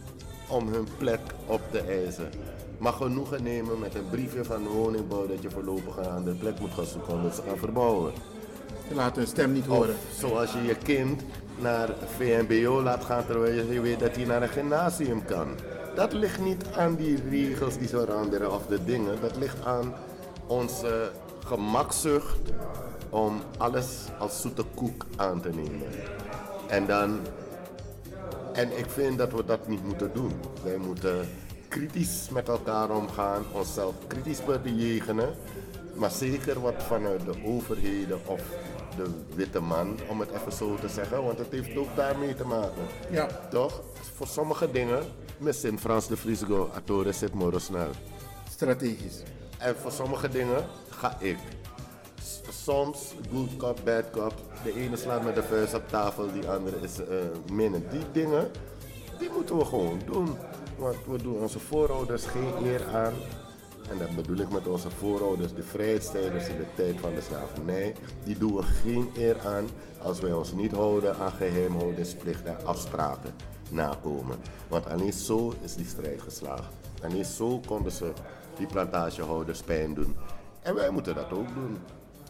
om hun plek op te eisen. Maar genoegen nemen met een briefje van de woningbouw dat je voorlopig een andere plek moet gaan zoeken omdat ze gaan verbouwen. Ze laten hun stem niet horen. Of zoals je je kind naar V M B O laat gaan terwijl je weet dat hij naar een gymnasium kan. Dat ligt niet aan die regels die veranderen of de dingen. Dat ligt aan onze gemakzucht om alles als zoete koek aan te nemen. En dan... En ik vind dat we dat niet moeten doen. Wij moeten kritisch met elkaar omgaan, onszelf kritisch bejegenen. Maar zeker wat vanuit de overheden of de witte man, om het even zo te zeggen, want het heeft ook daarmee te maken. Ja. Toch? Voor sommige dingen, misschien Frans de Vries go, Atore zit moro snel. Strategisch. En voor sommige dingen ga ik. S- soms, good cop, bad cop. De ene slaat met de vuist op tafel, die andere is uh, minder. Die dingen, die moeten we gewoon doen. Want we doen onze voorouders geen eer aan. En dat bedoel ik met onze voorouders, de vrijheidsstrijders in de tijd van de slavernij. Die doen we geen eer aan als wij ons niet houden aan geheimhoudingsplichten en afspraken nakomen. Want alleen zo is die strijd geslaagd. Alleen zo konden ze die plantagehouders pijn doen. En wij moeten dat ook doen.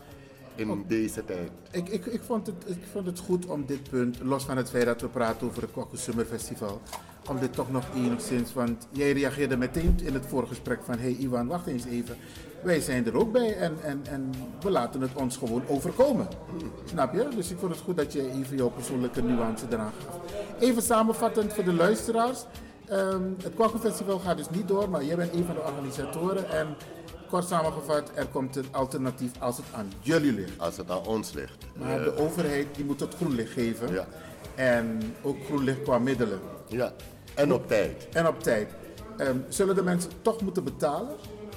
In oh. deze tijd. Ik, ik, ik, vond het, ik vond het goed om dit punt, los van het feit dat we praten over het Kwaku Summer Festival, om dit toch nog enigszins, want jij reageerde meteen in het voorgesprek van hey Iwan, wacht eens even. Wij zijn er ook bij en, en, en we laten het ons gewoon overkomen. Hmm. Snap je? Dus ik vond het goed dat je even jouw persoonlijke nuance eraan gaf. Even samenvattend voor de luisteraars. Um, het Kwaku Festival gaat dus niet door, maar jij bent een van de organisatoren en kort samengevat, er komt een alternatief als het aan jullie ligt. Als het aan ons ligt. Maar uh, de overheid die moet het groen licht geven. Ja. En ook groen licht qua middelen. Ja, en op tijd. En op tijd. Um, zullen de mensen toch moeten betalen?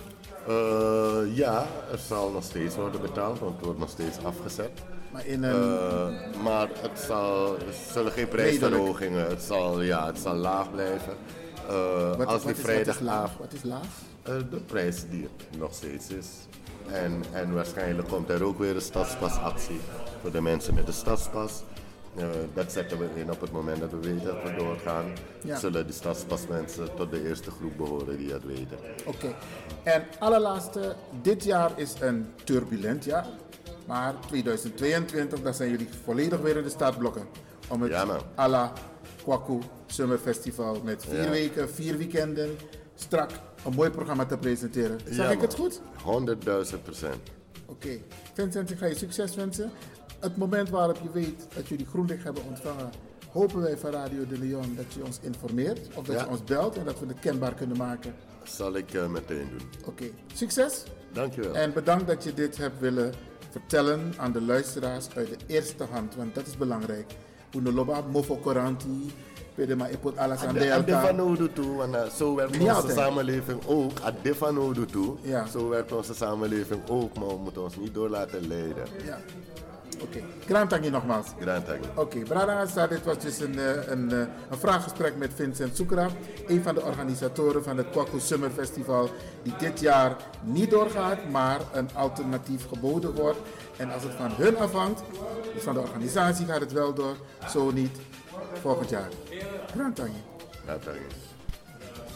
Uh, ja, er zal nog steeds worden betaald, want het wordt nog steeds afgezet. Maar, in een... uh, maar het zal, er zullen geen prijsverhogingen, het zal, ja, het zal laag blijven. Uh, wat, als wat, die is, wat is laag? Wat is laag? Uh, de prijs die het nog steeds is. En, en waarschijnlijk komt er ook weer een stadspasactie voor de mensen met de stadspas. Uh, dat zetten we in op het moment dat we weten dat we doorgaan. Ja. Zullen de stadspasmensen tot de eerste groep behoren die dat weten. Oké. Okay. En allerlaatste, dit jaar is een turbulent jaar. Maar tweeduizend tweeëntwintig, dan zijn jullie volledig weer in de startblokken. Om het ja, à la Kwaku Summer Festival met vier ja. weken, vier weekenden, strak een mooi programma te presenteren. Zeg ja, ik het goed? honderdduizend procent. Oké. Okay. Vincent, ik ga je succes wensen. Het moment waarop je weet dat jullie groenlicht hebben ontvangen, hopen wij van Radio de Leon dat je ons informeert of dat ja. je ons belt en dat we het kenbaar kunnen maken. Zal ik uh, meteen doen. Oké. Okay. Succes. Dankjewel. En bedankt dat je dit hebt willen vertellen aan de luisteraars uit de eerste hand, want dat is belangrijk. Unoloba, mofo koranti, maar ik moet alles aan de elkaar. Adefanodu toe, want uh, zo werkt Niet onze altijd. samenleving ook. Adefanodu toe, ja. Zo werkt onze samenleving ook, maar we moeten ons niet door laten leiden. Ja. Oké, okay. Grand dank je nogmaals. Grand dank je. Oké, okay. Brada, dit was dus een, een, een, een vraaggesprek met Vincent Soekra, een van de organisatoren van het Kwaku Summer Festival, die dit jaar niet doorgaat, maar een alternatief geboden wordt. En als het van hun afhangt, dus van de organisatie, gaat het wel door, zo niet volgend jaar. Grand dank je. Grand dank je.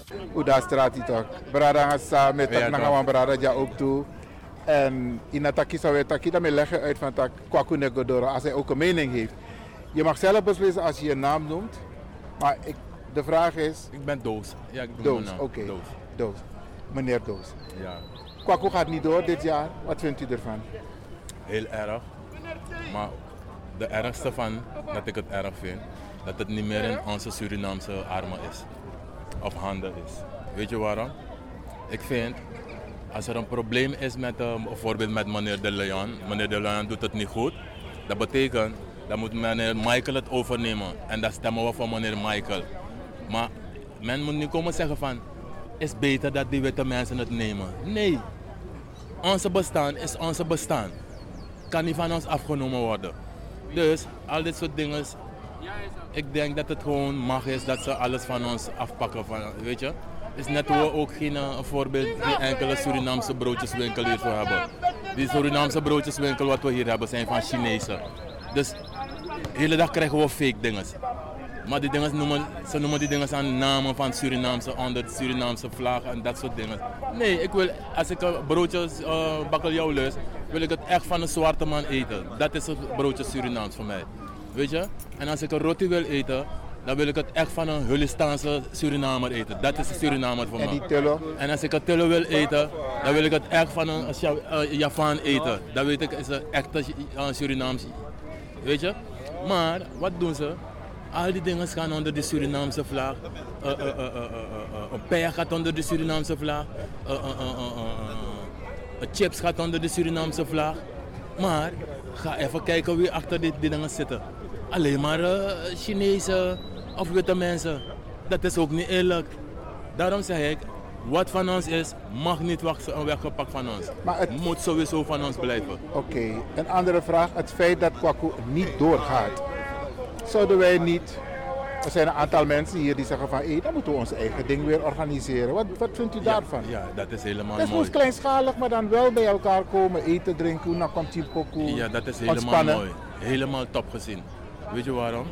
Uda straat toch. Brada nga sa met Ja, tak toch. nanga brada ja ook toe. En in ataki zou je taki daarmee leggen uit van tak Kwaku Negodoro als hij ook een mening heeft. Je mag zelf beslissen als je je naam noemt. Maar ik, de vraag is. Ik ben Doos. Ja, ik noem Doos, mijn naam. oké. Doos. Doos. Meneer Doos. Ja. Kwaku gaat niet door dit jaar. Wat vindt u ervan? Heel erg. Maar de ergste van dat ik het erg vind, dat het niet meer in onze Surinaamse armen is. Of handen is. Weet je waarom? Ik vind, als er een probleem is met, uh, bijvoorbeeld met meneer De Leon, meneer De Leon doet het niet goed, dat betekent, dat moet meneer Michael het overnemen. En dat stemmen we voor meneer Michael. Maar men moet niet komen zeggen van, is beter dat die witte mensen het nemen. Nee. Onze bestaan is onze bestaan. Kan niet van ons afgenomen worden. Dus al dit soort dingen, ik denk dat het gewoon mag is dat ze alles van ons afpakken. Van, weet je? Het is net hoe we ook geen uh, een voorbeeld, geen enkele Surinaamse broodjeswinkel hier voor hebben. Die Surinaamse broodjeswinkel wat we hier hebben zijn van Chinezen. Dus de hele dag krijgen we fake dingen. Maar die dingen noemen, ze noemen die dingen aan namen van Surinaamse, onder de Surinaamse vlag en dat soort dingen. Nee, ik wil, als ik een broodje uh, bakkeljauw lust, wil ik het echt van een zwarte man eten. Dat is het broodje Surinaams voor mij. Weet je? En als ik een roti wil eten, dan wil ik het echt van een Hulistaanse Surinamer eten. Dat is de Surinamer voor mij. En die tillo? En als ik een tillo wil eten, dan wil ik het echt van een uh, Javaan eten. Dat weet ik, is een echte uh, Surinaams. Weet je? Maar, wat doen ze? Al die dingen gaan onder de Surinaamse vlag. Uh, uh, uh, uh, uh, uh, een pija gaat onder de Surinaamse vlag. Uh, uh, uh, uh, uh, uh, chips gaat onder de Surinaamse vlag. Maar ga even kijken wie achter die, die dingen zitten. Alleen maar uh, Chinezen of witte mensen. Dat is ook niet eerlijk. Daarom zeg ik, wat van ons is, mag niet weggepakt van ons. Maar het moet sowieso van ons blijven. Oké, okay. Een andere vraag. Het feit dat Kwaku niet doorgaat. Zouden wij niet... Er zijn een aantal mensen hier die zeggen van... Hé, dan moeten we ons eigen ding weer organiseren. Wat, wat vindt u ja, daarvan? Ja, dat is helemaal mooi. Het is kleinschalig, maar dan wel bij elkaar komen, eten, drinken, dan komt die pokoe. Ja, dat is helemaal ontspannen. mooi. Helemaal top gezien. Weet je waarom?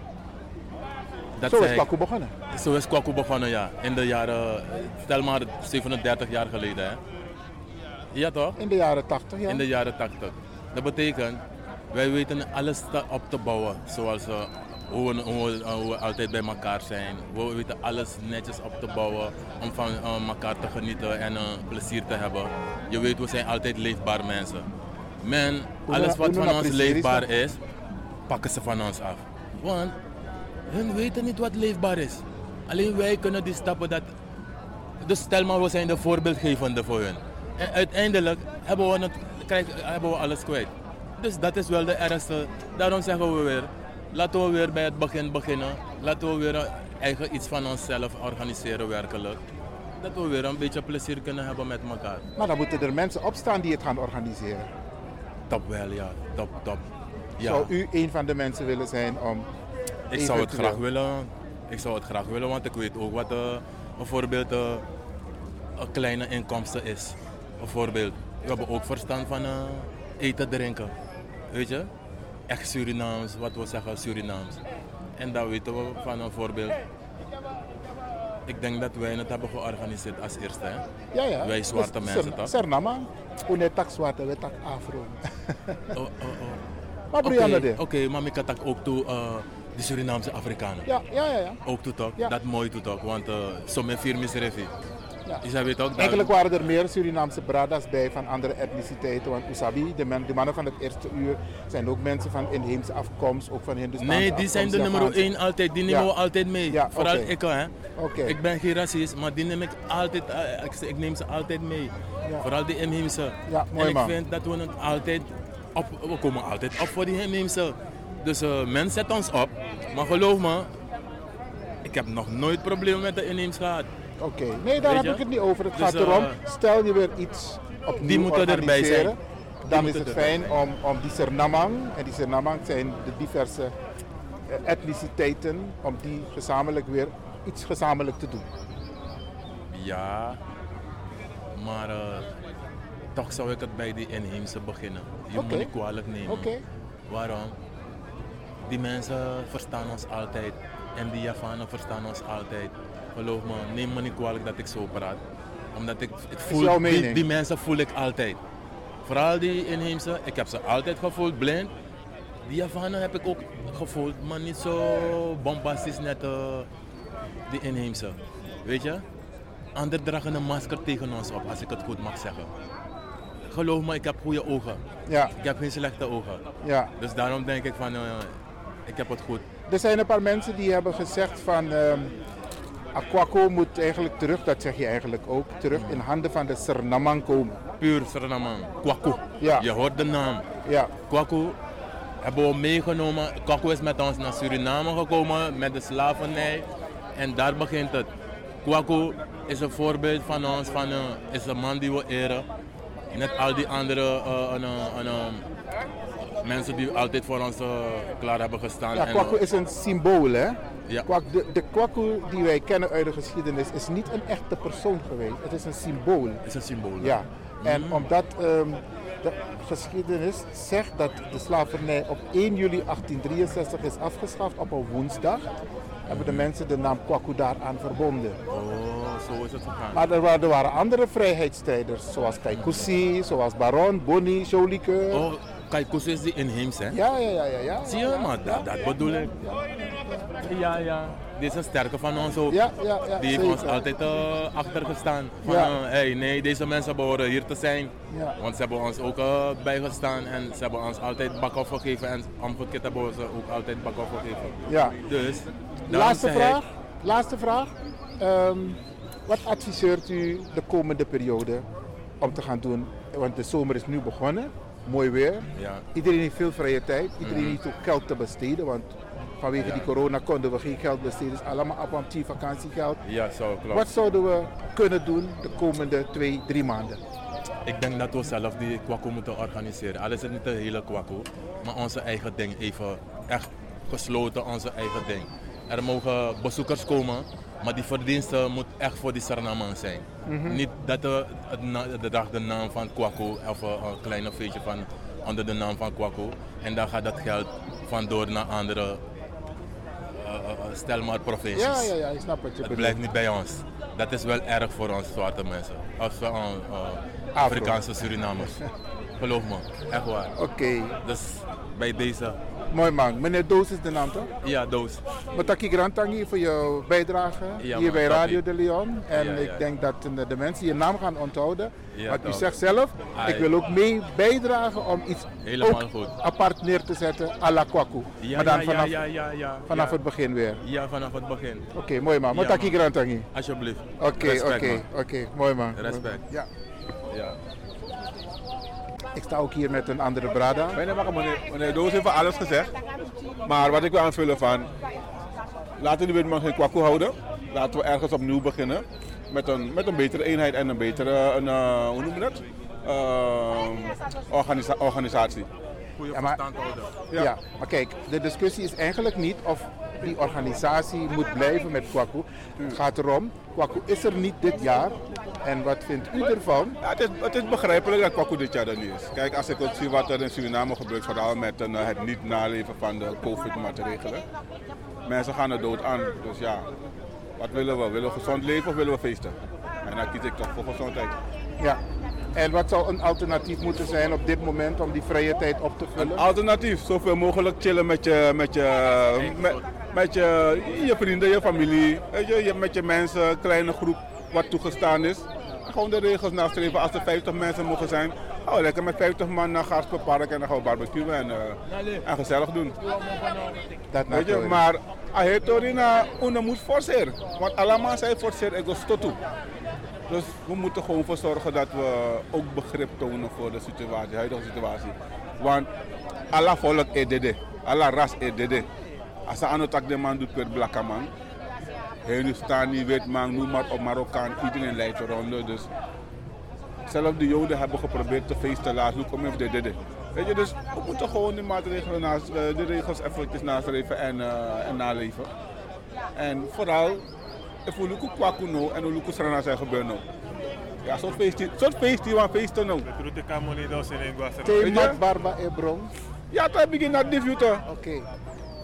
Dat Zo is Kwaku begonnen? Zo is Kwaku begonnen, ja. In de jaren... Stel maar zevenendertig jaar geleden, hè. Ja, toch? In de jaren tachtig, ja. In de jaren tachtig. Dat betekent... Wij weten alles op te bouwen, zoals uh, hoe, we, hoe, we, hoe we altijd bij elkaar zijn. We weten alles netjes op te bouwen om van uh, elkaar te genieten en uh, plezier te hebben. Je weet, we zijn altijd leefbaar mensen. Men, alles wat van ons leefbaar is, pakken ze van ons af. Want hun weten niet wat leefbaar is. Alleen wij kunnen die stappen dat... Dus stel maar, we zijn de voorbeeldgevende voor hun. En uiteindelijk hebben we, het, krijg, hebben we alles kwijt. Dus dat is wel de ergste. Daarom zeggen we weer, laten we weer bij het begin beginnen. Laten we weer eigen iets van onszelf organiseren werkelijk. Dat we weer een beetje plezier kunnen hebben met elkaar. Maar dan moeten er mensen opstaan die het gaan organiseren. Top wel, ja. Top, top. Ja. Zou u een van de mensen willen zijn om... Ik zou het graag willen. Ik zou het graag willen, want ik weet ook wat uh, bijvoorbeeld uh, een kleine inkomsten is. Bijvoorbeeld, we hebben ook verstand van uh, eten, drinken. Weet je? Echt Surinaams, wat we zeggen Surinaams. En dat weten we van een voorbeeld. Ik denk dat wij het hebben georganiseerd als eerste. Hè? Ja, ja. Wij zwarte dus, mensen, ser, toch? Sernama, hoe tak zwarte, we tak afro. Oh, oh, oh. Maar Brianna de. Oké, okay, maar ik had ook toe uh, de Surinaamse Afrikanen. Ja, ja, ja. ja. Ook toe toch? Ja. Dat mooi toe toch, want uh, sommige firmen zijn ja. Dus weet ook, eigenlijk waren er meer Surinaamse bradas bij van andere etniciteiten. Want Usabi, de, man, de mannen van het eerste uur, zijn ook mensen van inheemse afkomst, ook van Hindustaanse Nee, die afkomst, zijn de Javaanse. nummer één altijd, die nemen ja. we altijd mee. Ja, Vooral okay. ik, hè. Okay. Ik ben geen racist, maar die neem ik altijd, uh, ik, ik neem ze altijd mee. Ja. Vooral die inheemse. Ja, mooi en ik man. vind dat we het altijd op, we komen altijd op voor die inheemse. Dus uh, men zet ons op, maar geloof me, ik heb nog nooit problemen met de inheemse gehad. Oké, okay. nee, daar Weet heb je? ik het niet over. Het dus, gaat uh, erom, stel je weer iets opnieuw die moeten erbij zijn. Die dan is het fijn om, om die Sernamang, en die Sernamang zijn de diverse uh, etniciteiten, om die gezamenlijk weer iets gezamenlijk te doen. Ja, maar uh, toch zou ik het bij die inheemse beginnen. Je okay. moet niet kwalijk nemen. Okay. Waarom? Die mensen verstaan ons altijd. En die Javanen verstaan ons altijd. Geloof me, neem me niet kwalijk dat ik zo praat. Omdat ik, ik Is voel, jouw die, mening? die mensen voel ik altijd. Vooral die inheemse, ik heb ze altijd gevoeld, blind. Die Javanen heb ik ook gevoeld, maar niet zo bombastisch net uh, die inheemse. Weet je? Anderen dragen een masker tegen ons op, als ik het goed mag zeggen. Geloof me, ik heb goede ogen. Ja. Ik heb geen slechte ogen. Ja. Dus daarom denk ik van, uh, ik heb het goed. Er zijn een paar mensen die hebben gezegd van um, Aquaco moet eigenlijk terug, dat zeg je eigenlijk ook, terug in handen van de Suriname komen. Puur Suriname, Kwaku. Ja. Je hoort de naam. Ja. Kwaku hebben we meegenomen. Kwaku is met ons naar Suriname gekomen met de slavernij. En daar begint het. Kwaku is een voorbeeld van ons, van, uh, is een man die we eren. Net al die andere uh, uh, uh, uh, mensen die altijd voor ons uh, klaar hebben gestaan. Ja, en, Kwaku uh, is een symbool, hè? Ja. Kwak, de, de Kwaku die wij kennen uit de geschiedenis is niet een echte persoon geweest. Het is een symbool. Het is een symbool. Ja. En Mm. omdat um, de geschiedenis zegt dat de slavernij op één juli achttienhonderd drieënzestig is afgeschaft op een woensdag, hebben de mensen de naam Kwaku daaraan verbonden. Oh, zo is het gegaan. Maar er waren, er waren andere vrijheidsstrijders, zoals Kaikousi, zoals Baron, Boni, Jolieke. Oh, Kaikousi is die inheems, hè? Ja, ja, ja, ja, ja. Zie je, maar dat, dat bedoel ik. Ja, ja. Die is een sterke van ons ook. Ja, ja, ja, die heeft zeker. ons altijd uh, achter gestaan. Van, Ja. uh, hey, nee, deze mensen behoren hier te zijn. Ja. Want ze hebben ons ook uh, bijgestaan en ze hebben ons altijd bakaf gegeven. En omgekeerd hebben we ze ook altijd bakaf gegeven. Ja. Dus, daarom Laatste zeg vraag. ik- Laatste vraag. Um, wat adviseert u de komende periode om te gaan doen? Want de zomer is nu begonnen. Mooi weer. Ja. Iedereen heeft veel vrije tijd. Iedereen Mhm. heeft ook geld te besteden. Want vanwege Ja. die corona konden we geen geld besteden. Dus allemaal apprentie vakantiegeld. Ja, zo klopt. Wat zouden we kunnen doen de komende twee, drie maanden? Ik denk dat we zelf die Kwaku moeten organiseren. Al is het niet de hele Kwaku, maar onze eigen ding even echt gesloten, onze eigen ding. Er mogen bezoekers komen, maar die verdiensten moet echt voor die Surinamers zijn. Mhm. Niet dat de, het na- de dag de naam van Kwaku of een, een kleine feestje van onder de naam van Kwaku en dan gaat dat geld vandoor naar andere, uh, uh, stel maar provincies. Ja, ja, ja, ik snap wat je Het bedoelt. blijft niet bij ons. Dat is wel erg voor ons zwarte mensen. Of uh, uh, Afrikaanse Surinamers. Geloof me, echt waar. Oké. Dus bij deze. Mooi man. Meneer Doos is de naam toch? Ja, Doos. Mataki Grantangi voor jouw bijdrage Ja, hier man, bij Taki. Radio de Leon. En Ja, ja, ik ja. denk dat de, de mensen je naam gaan onthouden. Ja, Want u toch. zegt zelf, Ai. ik wil ook mee bijdragen om iets Helemaal ook goed. apart neer te zetten à la Kwaku. Ja, maar dan ja, vanaf, ja, ja, ja, vanaf ja. het begin weer. Ja, vanaf het begin. Oké, mooi man. Ja, Mataki man. Grantangi. Alsjeblieft. Oké, Respect, oké, man. oké. Mooi man. Respect. Ja. Ja. Ik sta ook hier met een andere brada. Meneer, meneer, meneer Doos heeft alles gezegd. Maar wat ik wil aanvullen van, laten we de witman geen Kwaku houden. Laten we ergens opnieuw beginnen. Met een, met een betere eenheid en een betere, een, uh, hoe noem je dat? Uh, organisa- organisatie. Goede Ja, maar- verstand houden. Ja. Ja. maar kijk, de discussie is eigenlijk niet of die organisatie moet blijven met Kwaku. Het gaat erom, Kwaku is er niet dit jaar. En wat vindt u ervan? Ja, het, is, het is begrijpelijk dat Kwaku dit jaar er niet is. Kijk, als ik ook zie wat er in Suriname gebeurt, vooral met een, uh, het niet naleven van de COVID-maatregelen. Mensen gaan er dood aan. Dus ja, wat willen we? Willen we gezond leven of willen we feesten? En dan kies ik toch voor gezondheid. Ja. En wat zou een alternatief moeten zijn op dit moment om die vrije tijd op te vullen? Een alternatief, zoveel mogelijk chillen met je, met je, met, met je, je vrienden, je familie, weet je, je- met je mensen, een kleine groep wat toegestaan is. En gewoon de regels nastreven. Als er vijftig mensen mogen zijn, gaan we lekker met vijftig man naar Gaasperpark en dan gaan we barbecuen en, uh, en gezellig doen. Dat Weet je, natuurlijk. maar hij torina una moet forceren. Want allemaal zijn forceren, ik was tot toe. Dus we moeten gewoon voor zorgen dat we ook begrip tonen voor de situatie, de huidige situatie. Want alle volk is dit, alle ras is dit. Als je aan het tak de man doet per blakke man, Hindustani, wit man, noem maar op Marokkaan, iedereen leidt een ronde. Dus zelfs de Joden hebben geprobeerd te feesten laten, hoe kom je op dit, dit. Weet je, dus we moeten gewoon de maatregelen naast, eh, de regels eventjes nastreven en, uh, en naleven. En vooral, ik voel ook Kwaku nou en ook Srana zijn gebeurd nou. Ja, zo'n feest, zo'n feest die we feesten nou. Themat Barba Ebron. Ja, toen begin naar de Oké.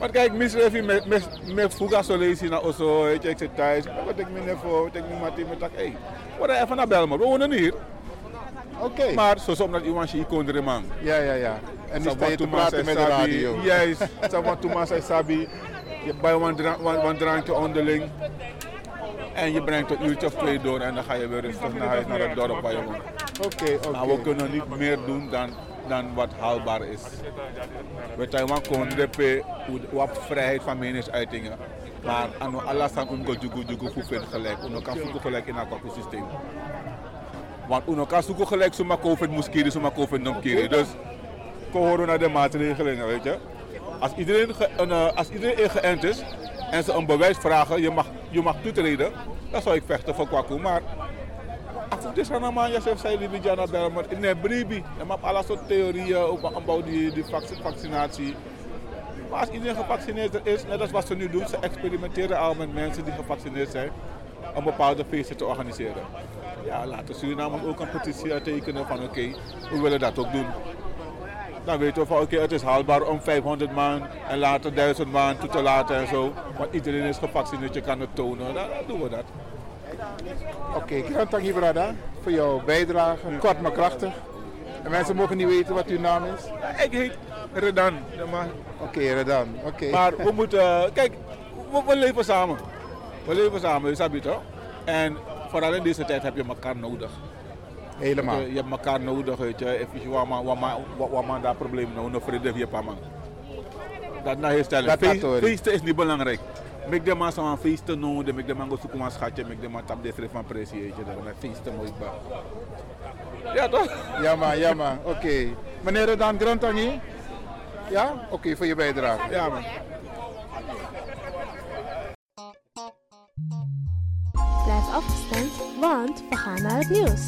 Want kijk, misrefi met met met fuga solezi na oso, weet je, ik zit thuis. Wat ik me nevo, wat ik me mati met tak, hey, wat even naar Belmer, we wonen hier. Oké. Okay. Maar zo soms dat iemand je kon er man. Ja, ja, ja. En nu sta je te praten met de radio. Juist, Savan Thomas en Sabi. Je bij een drankje onderling. En je brengt een uurtje of twee door en dan ga je weer rustig naar huis, naar het dorp waar je woont. Oké, okay, oké. Okay. Maar we kunnen niet meer doen dan, dan wat haalbaar is. We Taiwan kunnen wat vrijheid van meningsuitingen. Maar aan alles aan om jugu jugu voor gelijk. We kan zoeken gelijk in het systeem. Want we kan zoeken gelijk zomaar COVID moest keren, zomaar COVID nog keren. Dus we horen naar de maatregelen, weet je. Als iedereen, ge, uh, als iedereen ingeënt is en ze een bewijs vragen, je mag, je mag toetreden, dan zou ik vechten voor Kwaku. Maar het is aan man, je zegt, zei die Jana Belmer, in een bribi, je mag alle soort theorieën over die, die vaccinatie. Maar als iedereen gevaccineerd is, net als wat ze nu doen, ze experimenteren al met mensen die gevaccineerd zijn, om bepaalde feesten te organiseren. Ja, laten Suriname ook een petitie uittekenen van oké, okay, we willen dat ook doen. Dan weten we van oké, okay, het is haalbaar om vijfhonderd man en later duizend man toe te laten en zo. Want iedereen is gevaccineerd, je kan het tonen, dan, dan doen we dat. Oké, okay, ik ga dank je brada voor jouw bijdrage, ja. Kort maar krachtig. En mensen mogen niet weten wat uw naam is? Ja, ik heet Redan. Oké, okay, Redan, oké. Okay. Maar we moeten, kijk, we, we leven samen. We leven samen, is dat toch? En vooral in deze tijd heb je elkaar nodig. Helemaal. Je, je hebt elkaar nodig, weet je. Even wat man, wat man, wat man daar probleem nou, een vrede via man. Dat na herstellen. Feesten is niet belangrijk. Make de man zo'n feesten nodig, make de man go zoeken een schatje, make de man tap de schrift van pressie, weet je. Dat feesten mooi ba. Ja toch? Ja man, ja man. Oké. Okay. Meneer Redan Grantangi? Ja? Oké, okay, voor je bijdrage. Ja man. Blijf afgestemd, want we gaan naar het nieuws.